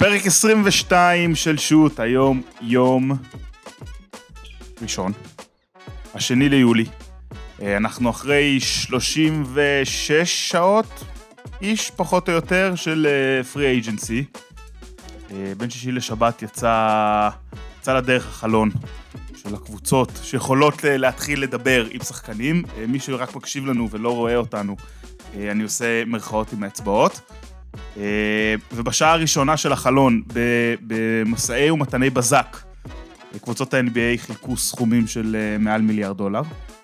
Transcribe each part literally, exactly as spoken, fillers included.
פרק עשרים ושתיים של שוט, היום יום ראשון, השני ליולי. אנחנו אחרי שלושים ושש שעות, איש פחות או יותר, של פרי אייג'נסי. בין שישי לשבת יצא, יצא לדרך החלון של הקבוצות שיכולות להתחיל לדבר עם שחקנים. מי שרק מקשיב לנו ולא רואה אותנו, אני עושה מרכאות עם האצבעות. ובשעה הראשונה של החלון, במסעי ומתני בזק, קבוצות ה-אן בי איי חילקו סכומים של מעל מיליארד דולר.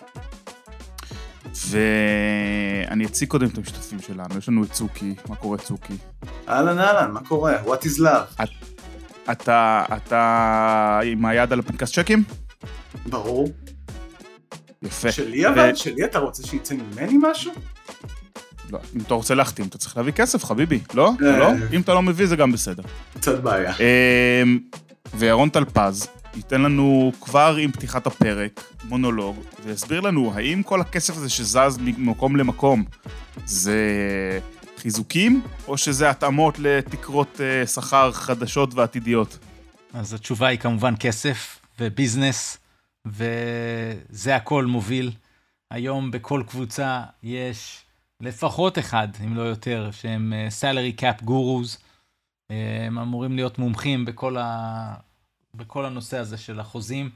ואני אציג קודם את המשתתפים שלנו. יש לנו את צוקי. מה קורה, צוקי? אהלן, אהלן, מה קורה? What is love? אתה, אתה עם היד על הפנקס צ'קים? ברור. יפה. שלי אבל? שלי אתה רוצה שיצא ממני משהו? לא, אם אתה רוצה להחתים, אתה צריך להביא כסף, חביבי, לא? לא? אם אתה לא מביא, זה גם בסדר. קצת בעיה. וירון טלפז ייתן לנו כבר עם פתיחת הפרק מונולוג, ויסביר לנו האם כל הכסף הזה שזז ממקום למקום, זה חיזוקים, או שזה התאמות לתקרות שכר חדשות ועתידיות? אז התשובה היא כמובן כסף וביזנס, וזה הכל מוביל. היום בכל קבוצה יש לפחות אחד, אם לא יותר, שהם salary cap gurus, הם אמורים להיות מומחים בכל, ה... בכל הנושא הזה של החוזים,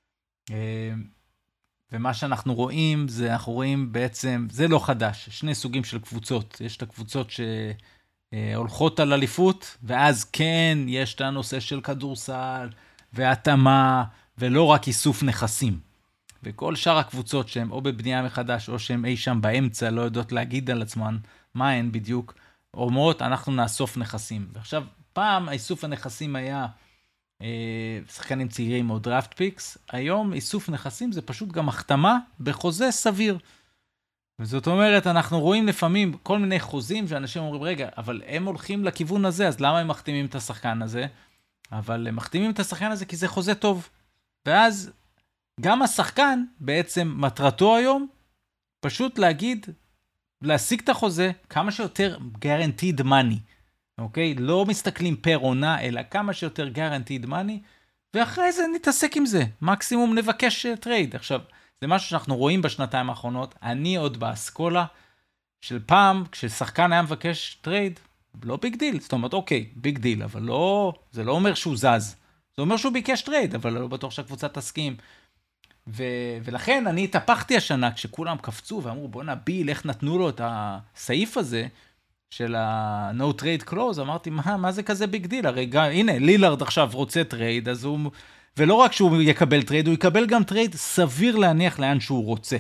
ומה שאנחנו רואים, זה אנחנו רואים בעצם, זה לא חדש, שני סוגים של קבוצות. יש את הקבוצות שהולכות על אליפות, ואז כן, יש את הנושא של כדורסל, והתאמה, ולא רק איסוף נכסים. וכל שאר הקבוצות שהן או בבנייה מחדש, או שהן אי שם באמצע, לא יודעות להגיד על עצמן מה הן בדיוק, אומרות, אנחנו נאסוף נכסים. ועכשיו, פעם האיסוף הנכסים היה אה, שחקנים צעירים או דראפט פיקס, היום איסוף נכסים זה פשוט גם החתמה בחוזה סביר. וזאת אומרת, אנחנו רואים לפעמים כל מיני חוזים שאנשים אומרים, רגע, אבל הם הולכים לכיוון הזה, אז למה הם מחתימים את השחקן הזה? אבל הם מחתימים את השחקן הזה כי זה חוזה טוב. ואז גם השחקן בעצם מטרתו היום, פשוט להגיד, להשיג את החוזה כמה שיותר guaranteed money, אוקיי? לא מסתכלים פר עונה, אלא כמה שיותר guaranteed money, ואחרי זה נתעסק עם זה. מקסימום נבקש טרייד. עכשיו, זה משהו שאנחנו רואים בשנתיים האחרונות. אני עוד באסכולה של פעם, כששחקן היה מבקש טרייד, לא ביג דיל. זאת אומרת, אוקיי, ביג דיל, אבל לא, זה לא אומר שהוא זז. זה אומר שהוא ביקש טרייד, אבל לא בטוח שהקבוצה תסכים. ו- ולכן אני התהפכתי השנה, כשכולם קפצו ואמרו, בוא נביל, איך נתנו לו את הסעיף הזה, של ה-No Trade Clause, אמרתי, מה, מה זה כזה ביג דיל? הרי גם, הנה, לילארד עכשיו רוצה טרייד, אז הוא, ולא רק שהוא יקבל טרייד, הוא יקבל גם טרייד סביר להניח לאן שהוא רוצה.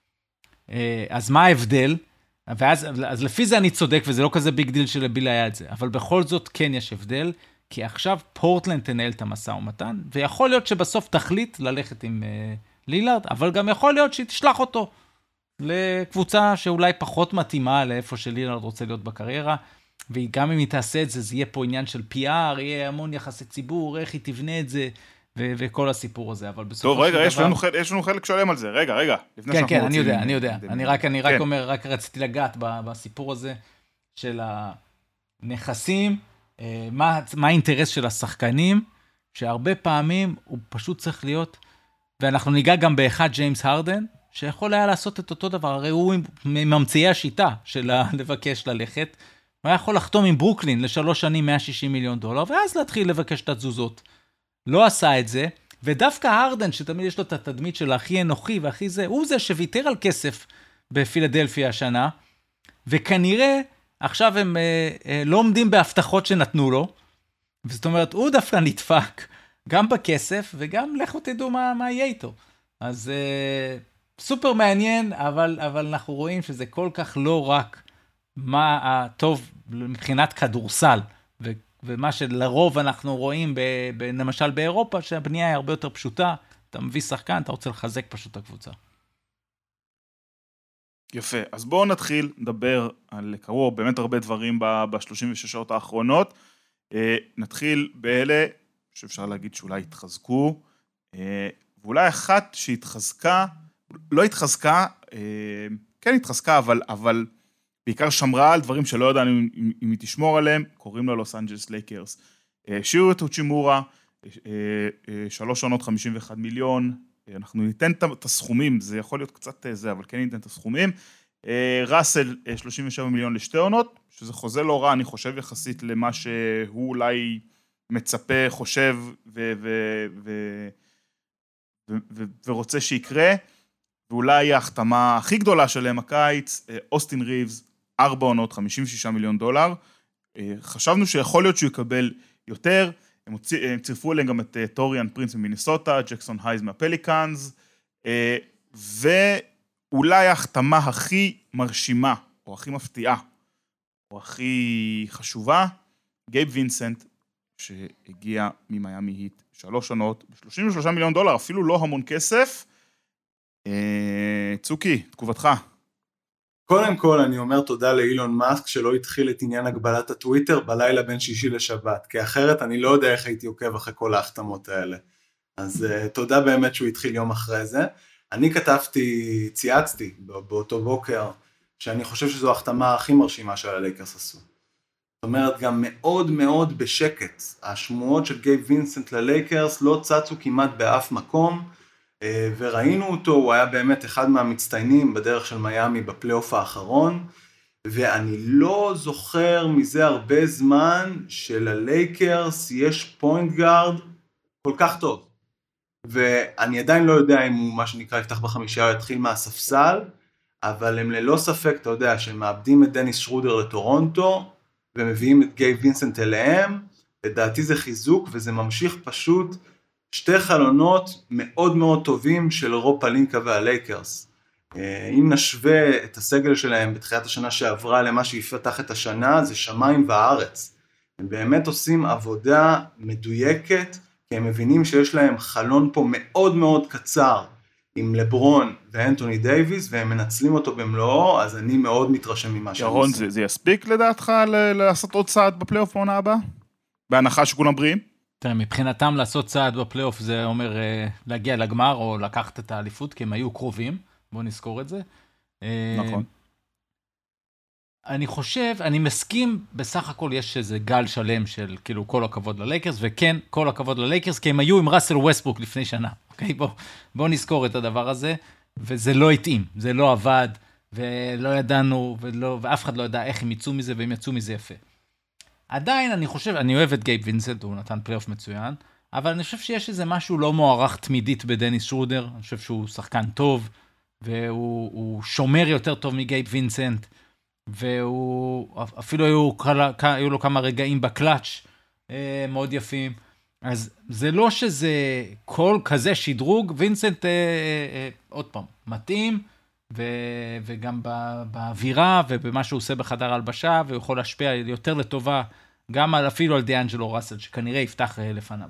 אז מה ההבדל? ואז, אז לפי זה אני צודק, וזה לא כזה ביג דיל שלביל היה את זה, אבל בכל זאת כן יש הבדל, כי עכשיו פורטלנד תנהל את המשא ומתן, ויכול להיות שבסוף תחליט ללכת עם לילארד, אבל גם יכול להיות שהיא תשלח אותו לקבוצה שאולי פחות מתאימה לאיפה שלילארד רוצה להיות בקריירה, וגם אם היא תעשה את זה, זה יהיה פה עניין של פי אר, יהיה המון יחסי ציבור, איך היא תבנה את זה, ו- וכל הסיפור הזה, אבל בסופו טוב, רגע, של יש דבר... לנו, יש לנו חלק שלם על זה, רגע, רגע. כן, כן, אני יודע, אני יודע. אני רק, אני רק אומר, רק רציתי לגעת בסיפור הזה של הנכסים, מה, מה האינטרס של השחקנים, שהרבה פעמים הוא פשוט צריך להיות, ואנחנו ניגע גם באחד ג'יימס הרדן, שיכול היה לעשות את אותו דבר, הרי הוא ממציאי השיטה של לבקש ללכת, הוא היה יכול לחתום עם ברוקלין לשלוש שנים מאה ושישים מיליון דולר, ואז להתחיל לבקש את התזוזות. לא עשה את זה, ודווקא הרדן, שתמיד יש לו את התדמית של הכי אנוכי והכי זה, הוא זה שוויתר על כסף בפילדלפיה השנה, וכנראה עכשיו הם אה, אה, לא עומדים בהבטחות שנתנו לו, וזאת אומרת, הוא דווקא נדפק גם בכסף, וגם לכו תדעו מה, מה יהיה איתו. אז אה, סופר מעניין, אבל, אבל אנחנו רואים שזה כל כך לא רק מה הטוב מבחינת כדורסל, ו, ומה שלרוב אנחנו רואים, ב, ב, למשל באירופה, שהבנייה היא הרבה יותר פשוטה, אתה מביא שחקן, אתה רוצה לחזק פשוט את הקבוצה. יפה, אז בואו נתחיל לדבר על, קראו באמת הרבה דברים ב-שלושים ושש שעות האחרונות, נתחיל באלה שאפשר להגיד שאולי התחזקו, ואולי אחת שהתחזקה, לא התחזקה, כן התחזקה, אבל, אבל בעיקר שמרה על דברים שלא ידענו אם, אם היא תשמור עליהם, קוראים לה לוס אנג'לס לייקרס. שירו טוצ'ימורה, שלוש עונות חמישים ואחד מיליון, אנחנו ניתן את הסכומים, זה יכול להיות קצת זה, אבל כן ניתן את הסכומים. ראסל, שלושים ושבע מיליון לשתי עונות, שזה חוזה לא רע, אני חושב יחסית למה שהוא אולי מצפה, חושב ו- ו- ו- ו- ו- ורוצה שיקרה, ואולי ההחתמה הכי גדולה שלהם הקיץ, אוסטין ריבס, ארבע עונות, חמישים ושישה מיליון דולר, חשבנו שיכול להיות שהוא יקבל יותר, הם, הוציא, הם צירפו אליהם גם את טוריאן פרינס ממיניסוטה, ג'קסון הייז מהפליקאנס, ואולי ההחתמה הכי מרשימה, או הכי מפתיעה, או הכי חשובה, גייב וינסנט, שהגיע ממיימי היט, שלוש עונות, ב-שלושים ושלושה מיליון דולר, אפילו לא המון כסף. צוקי, תגובתך. קודם כל אני אומר תודה לאילון מאסק שלא התחיל את עניין הגבלת הטוויטר בלילה בין שישי לשבת, כי אחרת אני לא יודע איך הייתי עוקב אחרי כל ההחתמות האלה. אז uh, תודה באמת שהוא התחיל יום אחרי זה. אני כתבתי, צייצתי באותו בוקר, שאני חושב שזו ההחתמה הכי מרשימה של הלייקרס עשו. זאת אומרת, גם מאוד מאוד בשקט. השמועות של גייב וינסנט ללייקרס לא צצו כמעט באף מקום, וראינו אותו, הוא היה באמת אחד מהמצטיינים בדרך של מיימי בפלייאוף האחרון, ואני לא זוכר מזה הרבה זמן שללייקרס יש פוינט גארד כל כך טוב. ואני עדיין לא יודע אם הוא מה שנקרא יפתח בחמישייה או יתחיל מהספסל, אבל הם ללא ספק, אתה יודע, שהם מאבדים את דניס שרודר לטורונטו, ומביאים את גייב וינסנט אליהם, לדעתי זה חיזוק, וזה ממשיך פשוט שתי חלונות מאוד מאוד טובים של רוב פלינקה והלייקרס. אם נשווה את הסגל שלהם בתחילת השנה שעברה למה שיפתח את השנה, זה שמיים וארץ. הם באמת עושים עבודה מדויקת, כי הם מבינים שיש להם חלון פה מאוד מאוד קצר, עם לברון ואנטוני דייביס, והם מנצלים אותו במלואו, אז אני מאוד מתרשם ממה שהם ירון, עושים. זה, זה יספיק לדעתך לעשות עוד צעד בפלייאוף בעונה הבאה? בהנחה שכולם בריאים? תראה, מבחינתם לעשות צעד בפלייאוף זה אומר להגיע לגמר או לקחת את האליפות, כי הם היו קרובים, בואו נזכור את זה. נכון. אני חושב, אני מסכים, בסך הכל יש איזה גל שלם של כאילו כל הכבוד ללייקרס, וכן, כל הכבוד ללייקרס, כי הם היו עם ראסל ווסטברוק לפני שנה, אוקיי? בואו בוא נזכור את הדבר הזה, וזה לא התאים, זה לא עבד, ולא ידענו, ולא, ואף אחד לא ידע איך הם יצאו מזה, והם יצאו מזה יפה. עדיין אני חושב, אני אוהב את גייב וינסנט, הוא נתן פלייאוף מצוין, אבל אני חושב שיש איזה משהו לא מוערך תמידית בדניס שרודר, אני חושב שהוא שחקן טוב, והוא שומר יותר טוב מגייב וינסנט, והוא אפילו היו, היו לו כמה רגעים בקלאץ' מאוד יפים, אז זה לא שזה כל כזה שדרוג, וינסנט עוד פעם, מתאים, וגם באווירה ובמה שהוא עושה בחדר הלבשה, והוא יכול להשפיע יותר לטובה, גם אפילו על דיאנג'לו ראסל, שכנראה יפתח לפניו.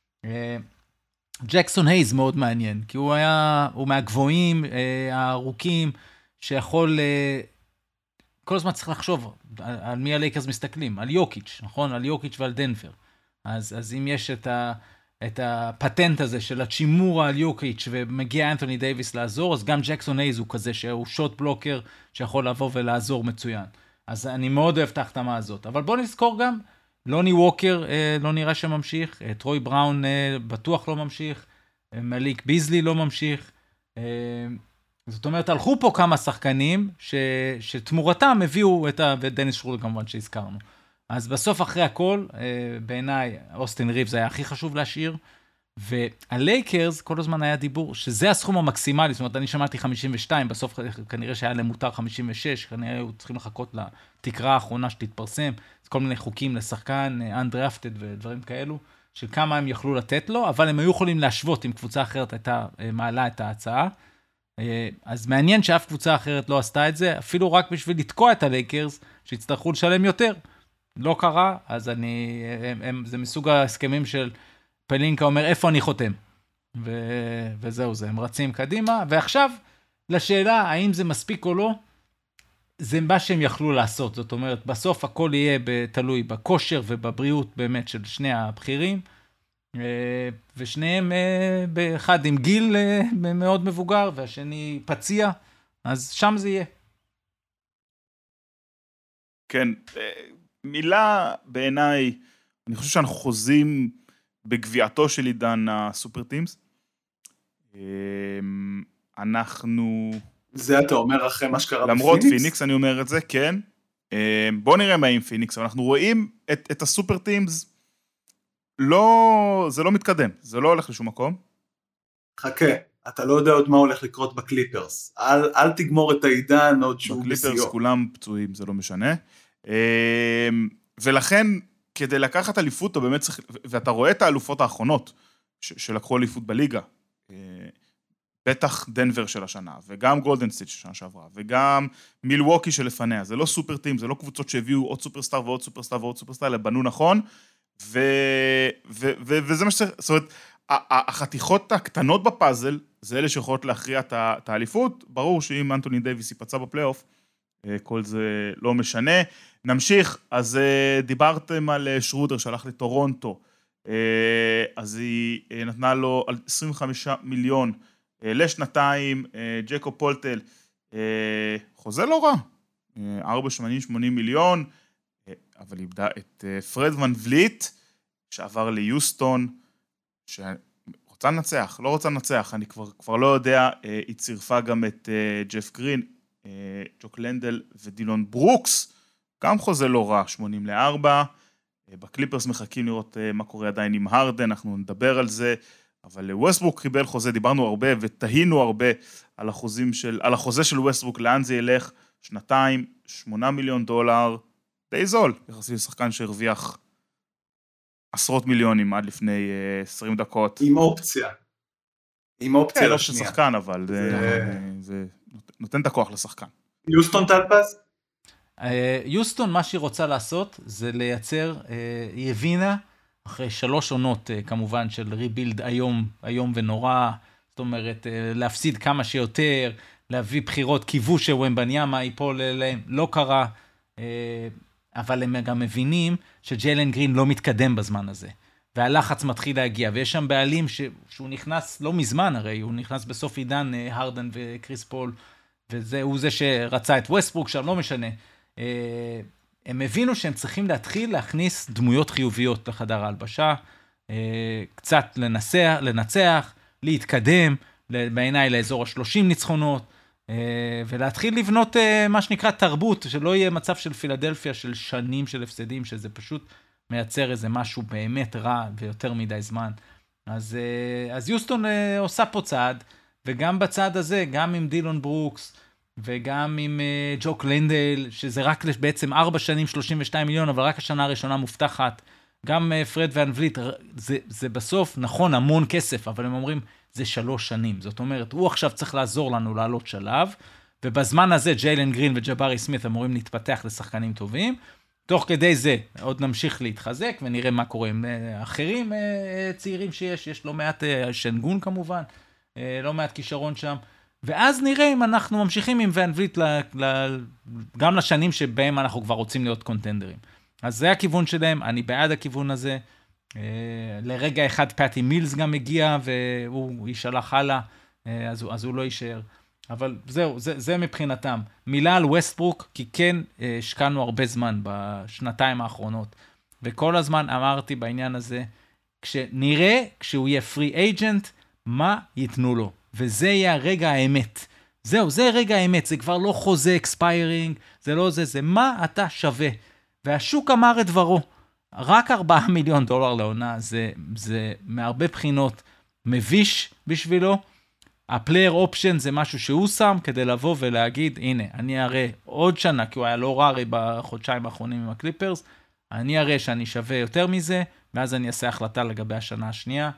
ג'קסון הייז מאוד מעניין, כי הוא היה, הוא מהגבוהים, הארוכים, שיכול, כל הזמן צריך לחשוב על מי הלייקרס מסתכלים, על יוקיץ', נכון? על יוקיץ' ועל דנבר. אז, אז אם יש את ה... את הפטנט הזה של הצ'ימורה על יוקיץ' ומגיע אנתוני דייביס לעזור, אז גם ג'קסון הייז הוא כזה שהוא שוט בלוקר שיכול לבוא ולעזור מצוין. אז אני מאוד אוהב את ההחתמה הזאת. אבל בואו נזכור גם, לוני ווקר אה, לא נראה שממשיך, אה, טרוי בראון אה, בטוח לא ממשיך, אה, מליק ביזלי לא ממשיך. אה, זאת אומרת, הלכו פה כמה שחקנים ש, שתמורתם הביאו את ה... ודניס שרודר כמובן שהזכרנו. אז בסוף אחרי הכל, בעיניי, אוסטין ריבס היה הכי חשוב להשאיר, והלייקרס כל הזמן היה דיבור, שזה הסכום המקסימלי, זאת אומרת, אני שמעתי חמישים ושתיים, בסוף כנראה שהיה להם מותר חמישים ושש, כנראה היו צריכים לחכות לתקרה האחרונה שתתפרסם, כל מיני חוקים לשחקן, undrafted ודברים כאלו, של כמה הם יכלו לתת לו, אבל הם היו יכולים להשוות אם קבוצה אחרת הייתה מעלה את ההצעה, אז מעניין שאף קבוצה אחרת לא עשתה את זה, אפילו רק בשביל לתקוע את הלייקרס, שיצטרכו לשלם יותר. לא קרה, אז אני, הם, הם, זה מסוג ההסכמים של פלינקה אומר, איפה אני חותם? ו, וזהו זה, הם רצים קדימה, ועכשיו, לשאלה, האם זה מספיק או לא, זה מה שהם יכלו לעשות, זאת אומרת, בסוף הכל יהיה תלוי בכושר ובבריאות באמת של שני הבכירים, ושניהם, באחד עם גיל מאוד מבוגר, והשני פציע, אז שם זה יהיה. כן, מילה בעיניי אני חושב שאנחנו חוזים בגביעתו של עידן הסופר טימס. אנחנו... זה אתה אומר אחרי מה שקרה בפיניקס? למרות פיניקס אני אומר את זה, כן. בוא נראה מה עם פיניקס, אבל אנחנו רואים את, את הסופר טימס, לא, זה לא מתקדם, זה לא הולך לשום מקום. חכה, אתה לא יודע עוד מה הולך לקרות בקליפרס. אל, אל תגמור את העידן עוד שהוא בסיום. בקליפרס כולם פצועים, זה לא משנה. ולכן, כדי לקחת אליפות, אתה באמת צריך, ואתה רואה את האלופות האחרונות, שלקחו אליפות בליגה, בטח דנבר של השנה, וגם גולדן סטייט של השנה שעברה, וגם מילווקי שלפניה, זה לא סופר טים, זה לא קבוצות שהביאו עוד סופרסטאר ועוד סופרסטאר ועוד סופרסטאר, אלא בנו נכון, ו... ו... ו... וזה מה שצריך, זאת אומרת, החתיכות הקטנות בפאזל, זה אלה שיכולות להכריע את האליפות, ברור שאם אנטוני דייביס ייפצע בפלייאוף, כל זה לא משנה. נמשיך, אז דיברתם על שרודר שהלך לטורונטו, אז היא נתנה לו על עשרים וחמישה מיליון לשנתיים, ג'קוב פולטל, חוזה לא רע, ארבע שמונים מיליון, אבל איבדה את פרד ון וליט, שעבר ליוסטון, שרוצה לנצח, לא רוצה לנצח, אני כבר, כבר לא יודע, היא צירפה גם את ג'ף גרין, ג'וק לנדל ודילון ברוקס, גם חוזה לא רע, שמונים לארבע, בקליפרס מחכים לראות מה קורה עדיין עם הרדן, אנחנו נדבר על זה, אבל ווסטברוק קיבל חוזה, דיברנו הרבה ותהינו הרבה על החוזים של, על החוזה של ווסטברוק, לאן זה ילך, שנתיים, שמונה מיליון דולר, די זול, יחסי לשחקן שהרוויח עשרות מיליונים עד לפני עשרים דקות. עם אופציה. עם אופציה לשנייה. לא של שחקן, אבל זה נותן את הכוח לשחקן. יוסטון טלפז? יוסטון, מה שהיא רוצה לעשות, זה לייצר, היא הבינה, אחרי שלוש עונות, כמובן, של ריבילד היום, היום ונורא, זאת אומרת, להפסיד כמה שיותר, להביא בחירות, קיוו שוומבניאמה ייפול אליהם, לא קרה, אבל הם גם מבינים שג'יילן גרין לא מתקדם בזמן הזה, והלחץ מתחיל להגיע, ויש שם בעלים ש... שהוא נכנס לא מזמן הרי, הוא נכנס בסוף עידן הרדן וקריס פול, והוא זה שרצה את ווסטברוק, שם לא משנה. הם הבינו שהם צריכים להתחיל להכניס דמויות חיוביות לחדר ההלבשה, קצת לנסח, לנצח, להתקדם, בעיניי לאזור ה-שלושים ניצחונות, ולהתחיל לבנות מה שנקרא תרבות, שלא יהיה מצב של פילדלפיה של שנים של הפסדים, שזה פשוט מייצר איזה משהו באמת רע ויותר מדי זמן. אז, אז יוסטון עושה פה צעד, וגם בצעד הזה, גם עם דילון ברוקס, וגם עם ג'וק לנדל, שזה רק בעצם ארבע שנים, שלושים ושתיים מיליון, אבל רק השנה הראשונה מובטחת, גם פרד ון וליט, זה, זה בסוף, נכון, המון כסף, אבל הם אומרים, זה שלוש שנים. זאת אומרת, הוא עכשיו צריך לעזור לנו לעלות שלב, ובזמן הזה ג'יילן גרין וג'בארי סמית אמורים להתפתח לשחקנים טובים, תוך כדי זה עוד נמשיך להתחזק, ונראה מה קורה עם אחרים צעירים שיש, יש לא מעט שנגון כמובן, לא מעט כישרון שם, ואז נראה אם אנחנו ממשיכים עם ון וליט גם לשנים שבהם אנחנו כבר רוצים להיות קונטנדרים. אז זה הכיוון שלהם, אני בעד הכיוון הזה, לרגע אחד פאטי מילס גם הגיע, והוא ישלח הלאה, אז הוא, אז הוא לא יישאר. אבל זהו, זה, זה מבחינתם. מילה על ווסטברוק, כי כן השקענו הרבה זמן בשנתיים האחרונות, וכל הזמן אמרתי בעניין הזה, כשנראה, כשהוא יהיה פרי אייג'נט, מה ייתנו לו? וזה יהיה הרגע האמת. זהו, זה רגע האמת, זה כבר לא חוזה אקספיירינג, זה לא זה, זה מה אתה שווה. והשוק אמר את דברו. רק ארבעה מיליון דולר לעונה, זה, זה מהרבה בחינות מביש בשבילו. הפלייר אופשן זה משהו שהוא שם כדי לבוא ולהגיד, הנה, אני אראה עוד שנה, כי הוא היה לא רע הרי בחודשיים האחרונים עם הקליפרס, אני אראה שאני שווה יותר מזה, ואז אני אעשה החלטה לגבי השנה השנייה.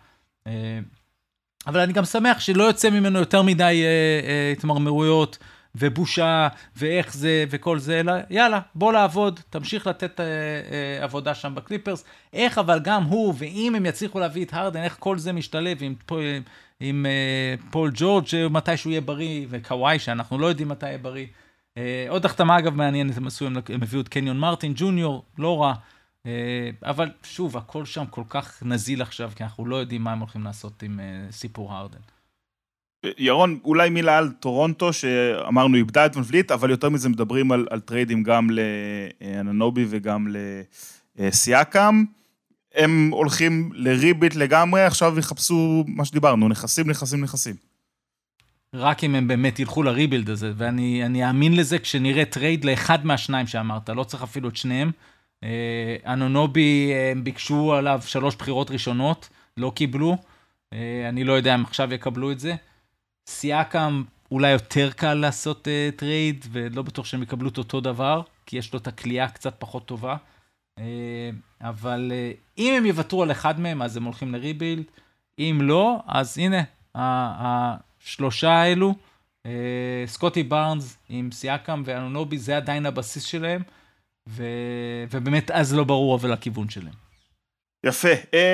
אבל אני גם שמח שלא יוצא ממנו יותר מדי התמרמרויות, ובושה, ואיך זה, וכל זה, אלא יאללה, בוא לעבוד, תמשיך לתת אה, אה, עבודה שם בקליפרס, איך אבל גם הוא, ואם הם יצליחו להביא את הרדן, איך כל זה משתלב עם, עם, עם אה, פול ג'ורג' מתי שהוא יהיה בריא, וקוואי שאנחנו לא יודעים מתי יהיה בריא. אה, עוד החתמה אגב מעניינת, הם עשו, הם הביאו את קניון מרטין ג'וניור, לא רע, אה, אבל שוב, הכל שם כל כך נזיל עכשיו, כי אנחנו לא יודעים מה הם הולכים לעשות עם אה, סיפור הרדן. ירון, אולי מילה על טורונטו, שאמרנו איבדה את ון וליט, אבל יותר מזה מדברים על, על טריידים גם לאננובי וגם לסיאקם. הם הולכים לריבית לגמרי, עכשיו יחפשו מה שדיברנו, נכסים, נכסים, נכסים. רק אם הם באמת ילכו לריבילד הזה, ואני אני אאמין לזה כשנראה טרייד לאחד מהשניים שאמרת, לא צריך אפילו את שניהם. אנונובי, הם ביקשו עליו שלוש בחירות ראשונות, לא קיבלו, אני לא יודע אם עכשיו יקבלו את זה. סייקם אולי יותר קל לעשות טרייד, ולא בטוח שהם יקבלו את אותו דבר, כי יש לו את הכלייה קצת פחות טובה. אבל אם הם יוותרו על אחד מהם, אז הם הולכים לריבילד. אם לא, אז הנה, השלושה האלו, סקוטי בארנס עם סייקם ואנונובי, זה עדיין הבסיס שלהם, ו... ובאמת אז לא ברור אבל הכיוון שלהם. יפה.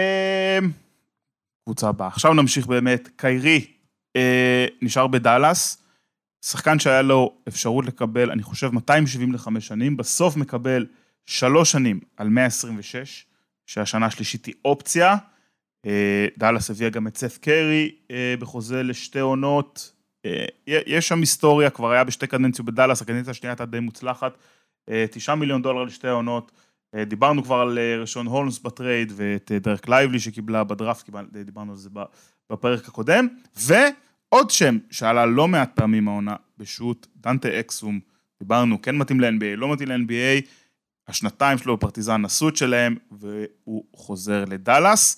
קבוצה הבאה. עכשיו נמשיך באמת. קיירי נשאר בדלס, שחקן שהיה לו אפשרות לקבל, אני חושב, מאתיים שבעים וחמש שנים, בסוף מקבל שלוש שנים על מאה עשרים ושש, שהשנה השלישית היא אופציה. דלס הביאה גם את סף קרי בחוזה לשתי עונות. יש שם היסטוריה, כבר היה בשתי קדנציות בדלס, הקדנציה השנייה הייתה די מוצלחת, תשעה מיליון דולר לשתי עונות. דיברנו כבר על ראשון הולמס בטרייד, ואת דרק לייבלי שקיבלה בדראפט, דיברנו על זה בפרק הקודם, ועוד שם שעלה לא מעט פעמים העונה בשוט, דנטה אקסום, דיברנו, כן מתאים ל-אן בי איי, לא מתאים ל-אן בי איי, השנתיים שלו בפרטיזן נסות שלהם, והוא חוזר לדלס.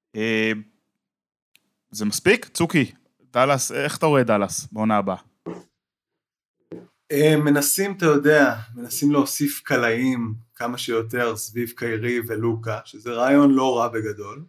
זה מספיק? צוקי, דלס, איך אתה רואה דלס בעונה הבאה? מנסים, אתה יודע, מנסים להוסיף קלעים כמה שיותר סביב קיירי ולוקה, שזה רעיון לא רע בגדול.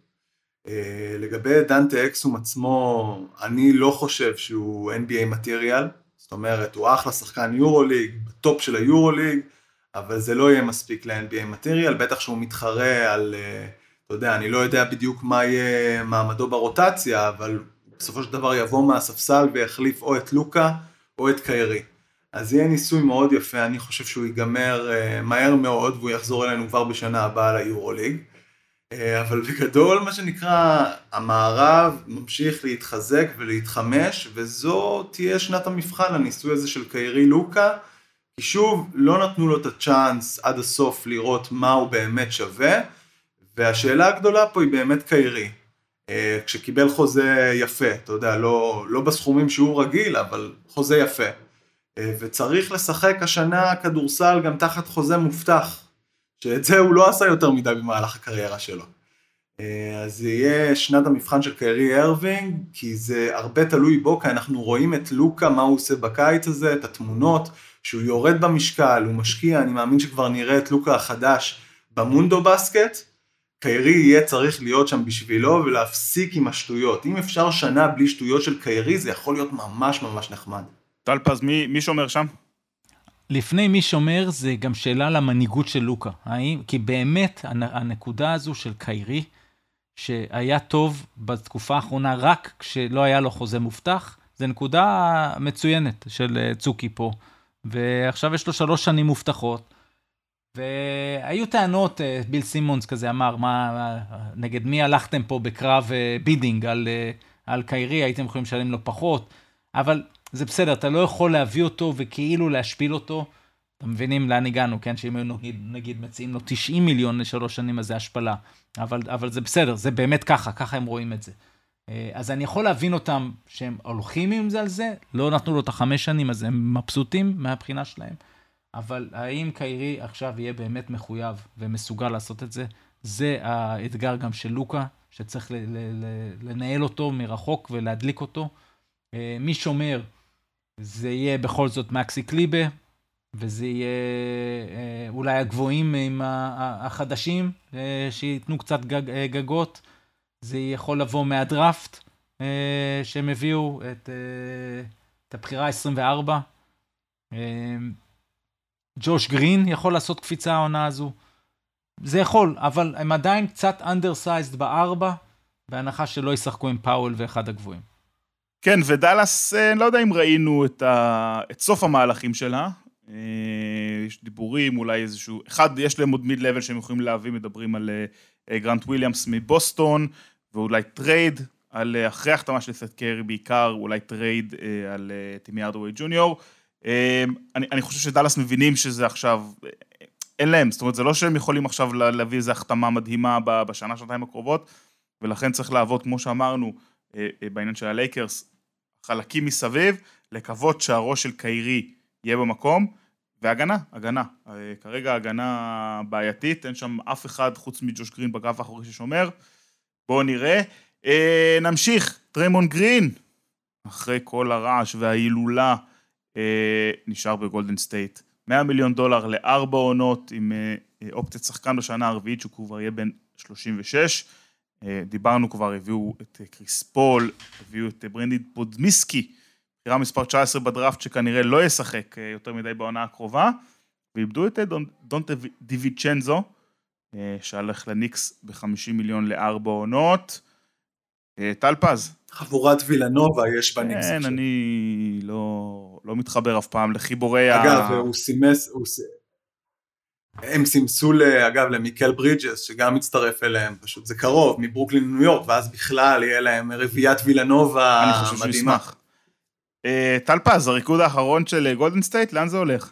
לגבי דנטה אקסום עצמו, אני לא חושב שהוא אן בי איי מטריאל, זאת אומרת, הוא אחלה שחקן יורוליג, בטופ של היורוליג, אבל זה לא יהיה מספיק ל-אן בי איי מטריאל, בטח שהוא מתחרה על, אתה יודע, אני לא יודע בדיוק מה יהיה מעמדו ברוטציה, אבל בסופו של דבר יבוא מהספסל ויחליף או את לוקה או את קיירי. אז יהיה ניסוי מאוד יפה, אני חושב שהוא ייגמר מהר מאוד, והוא יחזור אלינו כבר בשנה הבאה ליורוליג. אבל בגדול, מה שנקרא, המערב ממשיך להתחזק ולהתחמש, וזו תהיה שנת המבחן, הניסוי הזה של קיירי לוקה, כי שוב, לא נתנו לו את הצ'אנס עד הסוף לראות מה הוא באמת שווה, והשאלה הגדולה פה היא באמת קיירי. כשקיבל חוזה יפה, אתה יודע, לא, לא בסכומים שהוא רגיל, אבל חוזה יפה. וצריך לשחק השנה כדורסל גם תחת חוזה מובטח, שאת זה הוא לא עשה יותר מדי במהלך הקריירה שלו. אז זה יהיה שנת המבחן של קיירי ארווינג, כי זה הרבה תלוי בו, כי אנחנו רואים את לוקה, מה הוא עושה בקיץ הזה, את התמונות, שהוא יורד במשקל, הוא משקיע, אני מאמין שכבר נראה את לוקה החדש במונדו בסקט, קיירי יהיה צריך להיות שם בשבילו ולהפסיק עם השטויות. אם אפשר שנה בלי שטויות של קיירי, זה יכול להיות ממש ממש נחמד. טל פז, מי, מי שומר שם? לפני מי שומר זה גם שאלה למנהיגות של לוקה. האם, כי באמת הנקודה הזו של קיירי, שהיה טוב בתקופה האחרונה רק כשלא היה לו חוזה מובטח, זה נקודה מצוינת של צוקי פה. ועכשיו יש לו שלוש שנים מובטחות, והיו טענות, ביל סימונס כזה אמר, מה, נגד מי הלכתם פה בקרב בידינג על, על קיירי, הייתם יכולים לשלם לו פחות, אבל זה בסדר, אתה לא יכול להביא אותו וכאילו להשפיל אותו, אתם מבינים לאן הגענו, כן? שאם היו נגיד, נגיד מציעים לו תשעים מיליון לשלוש שנים, אז זה השפלה, אבל, אבל זה בסדר, זה באמת ככה, ככה הם רואים את זה. אז אני יכול להבין אותם שהם הולכים עם זה על זה, לא נתנו לו את החמש שנים, אז הם מבסוטים מהבחינה שלהם, אבל האם קיירי עכשיו יהיה באמת מחויב ומסוגל לעשות את זה? זה האתגר גם של לוקה, שצריך ל- ל- ל- לנהל אותו מרחוק ולהדליק אותו. מי שומר, זה יהיה בכל זאת מקסי קליבה, וזה יהיה אולי הגבוהים עם החדשים, שיתנו קצת גג, גגות. זה יכול לבוא מהדראפט, שהם הביאו את, את הבחירה עשרים וארבע. ג'וש גרין יכול לעשות קפיצה העונה הזו. זה יכול, אבל הם עדיין קצת undersized בארבע, בהנחה שלא ישחקו עם פאול ואחד הגבוהים. כן, ודלס, לא יודע אם ראינו את, ה... את סוף המהלכים שלה, יש דיבורים, אולי איזשהו, אחד, יש להם עוד מיד-לבל שהם יכולים להביא, מדברים על גרנט וויליאמס מבוסטון, ואולי טרייד, על אחרי החתמה של סט קרי בעיקר, אולי טרייד על טימי ארדווי ג'וניור. אני, אני חושב שדלס מבינים שזה עכשיו, אין להם, זאת אומרת, זה לא שהם יכולים עכשיו להביא איזו החתמה מדהימה בשנה, שנתיים הקרובות, ולכן צריך לעבוד, כמו שאמרנו, בעניין של הלייקרס, חלקים מסביב, לקוות שהראש של קיירי יהיה במקום, והגנה, הגנה. כרגע הגנה בעייתית, אין שם אף אחד חוץ מג'וש גרין בגרף האחורי ששומר. בואו נראה. נמשיך, דריימונד גרין, אחרי כל הרעש וההילולה, נשאר בגולדן סטייט. מאה מיליון דולר לארבע עונות, עם אופציית שחקן בשנה הרביעית, שהוא כבר יהיה בין שלושים ושש. דיברנו כבר, הביאו את קריס פול, הביאו את ברנדי פודמיסקי, בחירה מספר תשע עשרה בדראפט, שכנראה לא ישחק יותר מדי בעונה הקרובה, ואיבדו את דונטה דיוויצ'נזו, שהלך לניקס ב-חמישים מיליון לארבע עונות. טל פז. חבורת וילנובה יש בניקס. כן, אני לא, לא מתחבר אף פעם לחיבורי ה... אגב, הוא סימס, הוא סימס. הם סימסו, אגב, למיקל ברידג'ס, שגם מצטרף אליהם, פשוט זה קרוב, מברוקלין לניו יורק, ואז בכלל יהיה להם רביעיית וילנובה מדהימה. אני חושב שישמח. טל פז, הריקוד האחרון של גולדן סטייט, לאן זה הולך?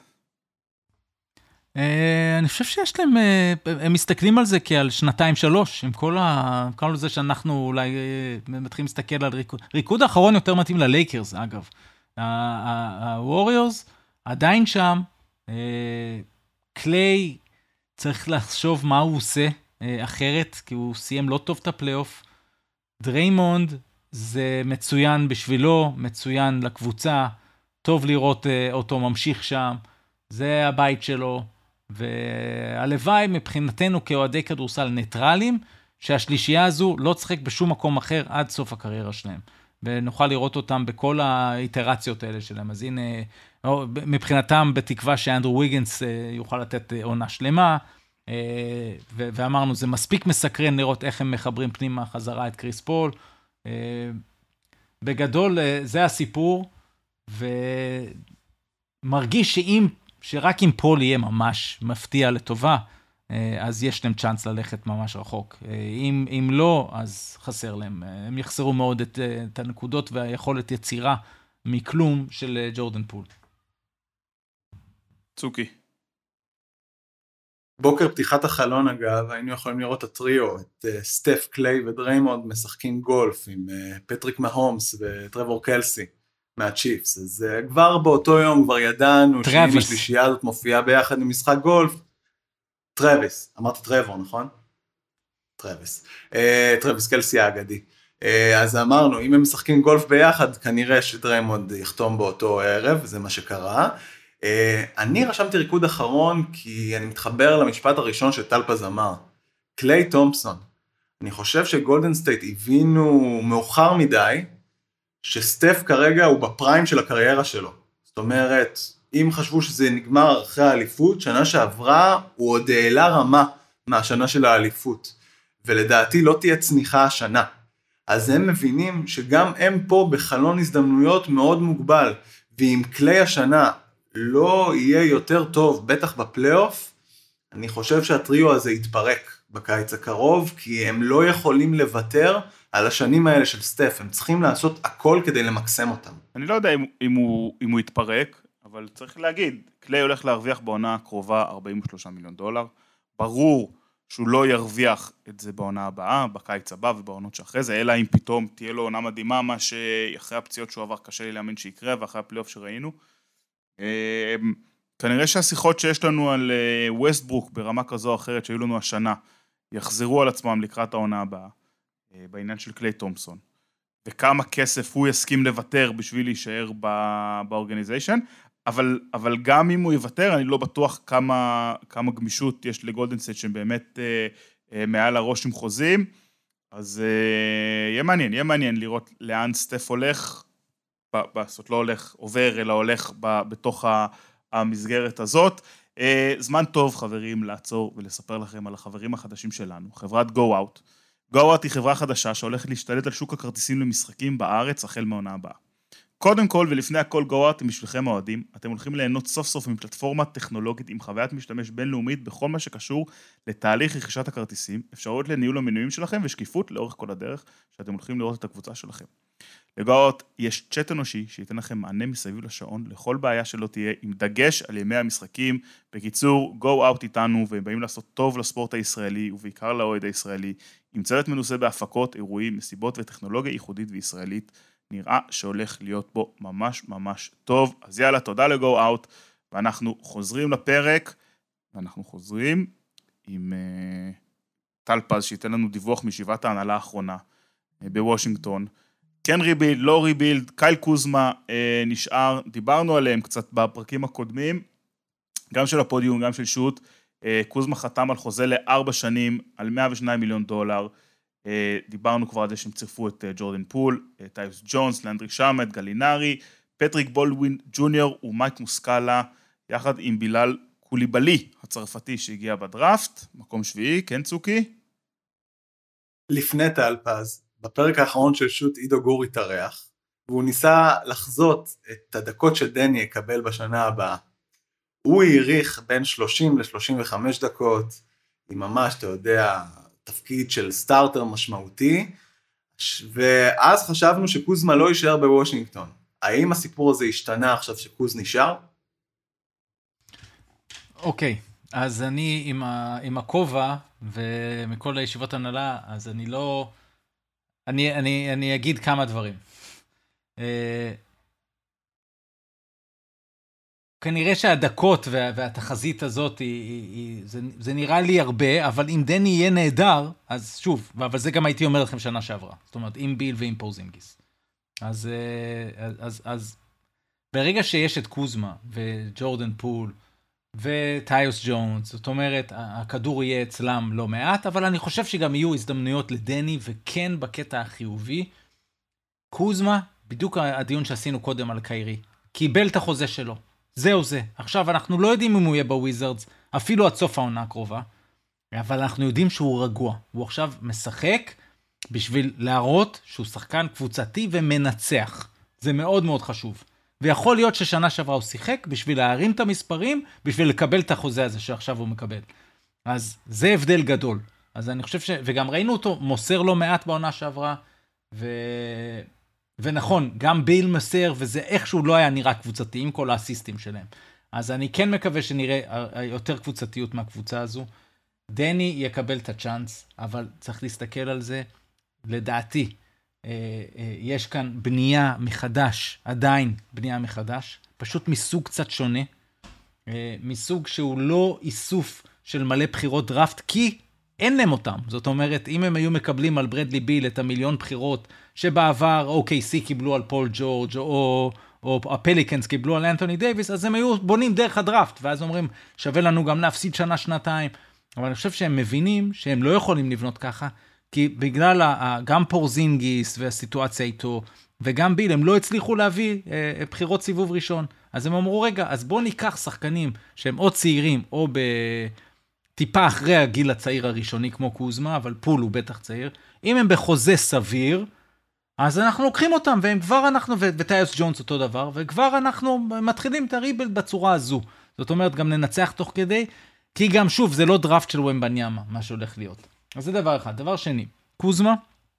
אני חושב שיש להם, הם מסתכלים על זה כעל שנתיים שלוש, עם כל ה... כל זה שאנחנו אולי מתחילים להסתכל על ריקוד. ריקוד האחרון יותר מתאים ללייקרס, אגב. הווריורס עדיין שם, קליי צריך לחשוב מה הוא עושה אחרת, כי הוא סיים לא טוב את הפלייאוף. דריימונד זה מצוין בשבילו, מצוין לקבוצה, טוב לראות אותו ממשיך שם, זה הבית שלו, והלוואי מבחינתנו כאוהדי כדורסל ניטרלים, שהשלישייה הזו לא תשחק בשום מקום אחר עד סוף הקריירה שלהם, ונוכל לראות אותם בכל האיטרציות האלה שלהם. אז הנה, מבחינתם בתקווה שאנדרו ויגנס יוכל לתת עונה שלמה, ואמרנו, זה מספיק מסקרן לראות איך הם מחברים פנימה חזרה את קריס פול. בגדול, זה הסיפור, ומרגיש שאם, שרק אם פול יהיה ממש מפתיע לטובה, אז יש להם צ'אנס ללכת ממש רחוק. אם, אם לא, אז חסר להם. הם יחסרו מאוד את, את הנקודות והיכולת יצירה מכלום של ג'ורדן פול. צוקי. בוקר פתיחת החלון אגב, היינו יכולים לראות את הטריו, את סטף, קליי ודריימונד משחקים גולף עם פטריק מהומס וטרבור קלסי מהצ'יפס. אז כבר באותו יום כבר ידענו שאם השלישייה הזאת מופיעה ביחד במשחק גולף, טרוויס, אמרתי טרבור, נכון? טרוויס. טרוויס קלסי האגדי. אז אמרנו, אם הם משחקים גולף ביחד, כנראה שדריימונד יחתום באותו ערב, זה מה שקרה. אני רשמתי ריקוד אחרון, כי אני מתחבר למשפט הראשון שטל פז אמר. קליי תומפסון. אני חושב שגולדן סטייט הבינו מאוחר מדי, שסטף כרגע הוא בפריים של הקריירה שלו. זאת אומרת, אם חשבו שזה נגמר אחרי האליפות, שנה שעברה הוא עוד העלה רמה מהשנה של האליפות. ולדעתי לא תהיה צניחה השנה. אז הם מבינים שגם הם פה בחלון הזדמנויות מאוד מוגבל, ואם קליי השנה לא יהיה יותר טוב, בטח בפלייאוף, אני חושב שהטריו הזה יתפרק בקיץ הקרוב, כי הם לא יכולים לוותר על השנים האלה של סטף, הם צריכים לעשות הכל כדי למקסם אותם. אני לא יודע אם, אם, הוא, אם הוא יתפרק, אבל צריך להגיד, קליי הולך להרוויח בעונה הקרובה ארבעים ושלושה מיליון דולר, ברור שהוא לא ירוויח את זה בעונה הבאה, בקיץ הבא ובעונות שאחרי זה, אלא אם פתאום תהיה לו עונה מדהימה, מה שאחרי הפציעות שהוא עבר קשה לי להאמין שיקרה, ואחרי הפלייאוף שראינו. כנראה שהשיחות שיש לנו על ווסטברוק ברמה כזו או אחרת שהיו לנו השנה, יחזרו על עצמם לקראת העונה הבאה, בעניין של קליי תומפסון, וכמה כסף הוא יסכים לוותר בשביל להישאר באורגניזיישן, אבל, אבל גם אם הוא יוותר, אני לא בטוח כמה, כמה גמישות יש לגולדן סטייט שהם באמת מעל הראש עם חוזים, אז יהיה מעניין, יהיה מעניין לראות לאן סטף הולך, זאת לא הולך עובר, אלא הולך בתוך המסגרת הזאת. זמן טוב, חברים, לעצור ולספר לכם על החברים החדשים שלנו, חברת Go Out. Go Out היא חברה חדשה שהולכת להשתלט על שוק הכרטיסים למשחקים בארץ החל מהעונה הבאה. קודם כל ולפני הכל Go Out הם בשבילכם האוהדים, אתם הולכים ליהנות סוף סוף מפלטפורמה טכנולוגית עם חוויית משתמש בינלאומית בכל מה שקשור לתהליך רכישת הכרטיסים, אפשרות לניהול המנויים שלכם ושקיפות לאורך כל הדרך שאתם הולכים לראות את הקבוצה שלכם. לגאות יש צ'אט אנושי שייתן לכם מענה מסביב לשעון לכל בעיה שלא תהיה, עם דגש על ימי המשחקים. בקיצור, go out איתנו, והם באים לעשות טוב לספורט הישראלי, ובעיקר לאוהד הישראלי, עם צוות מנוסה בהפקות, אירועים, מסיבות וטכנולוגיה ייחודית וישראלית, נראה שהולך להיות בו ממש ממש טוב. אז יאללה, תודה ל-go out, ואנחנו חוזרים לפרק, ואנחנו חוזרים עם uh, טל פז, שייתן לנו דיווח מישיבת ההנהלה האחרונה uh, בוושינגטון. כן ריבילד, לא ריבילד, קייל קוזמה אה, נשאר, דיברנו עליהם קצת בפרקים הקודמים, גם של הפודיום, גם של שוט, אה, קוזמה חתם על חוזה לארבע שנים, על מאה ושניים מיליון דולר, אה, דיברנו כבר על זה שהם צירפו את אה, ג'ורדן פול, אה, טייוס ג'ונס, לנדרי שמט, גלינרי, פטריק בולדווין ג'וניור ומייק מוסקאלה, יחד עם בילאל קוליבלי, הצרפתי שהגיע בדראפט, מקום שביעי, כן צוקי? לפני טל פז, בפרק האחרון של שוט עידו גור התארח, והוא ניסה לחזות את הדקות שדני יקבל בשנה הבאה. הוא העריך בין שלושים ל-שלושים וחמש דקות, עם ממש, אתה יודע, תפקיד של סטארטר משמעותי, ואז חשבנו שקוזמה לא יישאר בוושינגטון. האם הסיפור הזה השתנה עכשיו שקוז נשאר? אוקיי, אז אני עם, ה, עם הכובע, ומכל הישיבות הנהלה, אז אני לא... אני, אני, אני אגיד כמה דברים. כנראה שהדקות וה, והתחזית הזאת, היא, היא, היא, זה, זה נראה לי הרבה, אבל אם דני יהיה נהדר, אז שוב, אבל זה גם הייתי אומר לכם שנה שעברה. זאת אומרת, עם ביל ועם פורזינגיס. אז, אז, אז, אז ברגע שיש את קוזמה וג'ורדן פול וטיוס ג'ונס, זאת אומרת, הכדור יהיה אצלם לא מעט, אבל אני חושב שגם יהיו הזדמנויות לדני, וכן בקטע החיובי, קוזמה, בדיוק הדיון שעשינו קודם על קיירי, קיבל את החוזה שלו, זהו זה. עכשיו אנחנו לא יודעים אם הוא יהיה בוויזרדס, אפילו עד סוף העונה הקרובה, אבל אנחנו יודעים שהוא רגוע, הוא עכשיו משחק בשביל להראות שהוא שחקן קבוצתי ומנצח, זה מאוד מאוד חשוב. ויכול להיות ששנה שעברה הוא שיחק בשביל להרים את המספרים, בשביל לקבל את החוזה הזה שעכשיו הוא מקבל. אז זה הבדל גדול. אז אני חושב ש... וגם ראינו אותו מוסר לא מעט בעונה שעברה, ו... ונכון, גם ביל מסר, וזה איכשהו לא היה נראה קבוצתי עם כל האסיסטים שלהם. אז אני כן מקווה שנראה יותר קבוצתיות מהקבוצה הזו. דני יקבל את הצ'אנס, אבל צריך להסתכל על זה. לדעתי, יש כאן בנייה מחדש, עדיין בנייה מחדש, פשוט מסוג קצת שונה, מסוג שהוא לא איסוף של מלא בחירות דראפט, כי אין להם אותם. זאת אומרת, אם הם היו מקבלים על ברדלי ביל את המיליון בחירות, שבעבר או קיי סי קיבלו על פול ג'ורג' או, או הפליקנס קיבלו על אנטוני דייביס, אז הם היו בונים דרך הדראפט, ואז אומרים, שווה לנו גם להפסיד שנה, שנתיים. אבל אני חושב שהם מבינים שהם לא יכולים לבנות ככה, כי בגלל גם פורזינגיס והסיטואציה איתו, וגם ביל, הם לא הצליחו להביא אה, בחירות סיבוב ראשון. אז הם אמרו, רגע, אז בואו ניקח שחקנים שהם או צעירים, או בטיפה אחרי הגיל הצעיר הראשוני, כמו קוזמה, אבל פול הוא בטח צעיר. אם הם בחוזה סביר, אז אנחנו לוקחים אותם, והם כבר אנחנו, וטיוס ג'ונס אותו דבר, וכבר אנחנו מתחילים את הריבלד בצורה הזו. זאת אומרת, גם ננצח תוך כדי, כי גם שוב, זה לא דראפט של ומבניאמה, מה שהולך להיות. אז זה דבר אחד. דבר שני, קוזמה,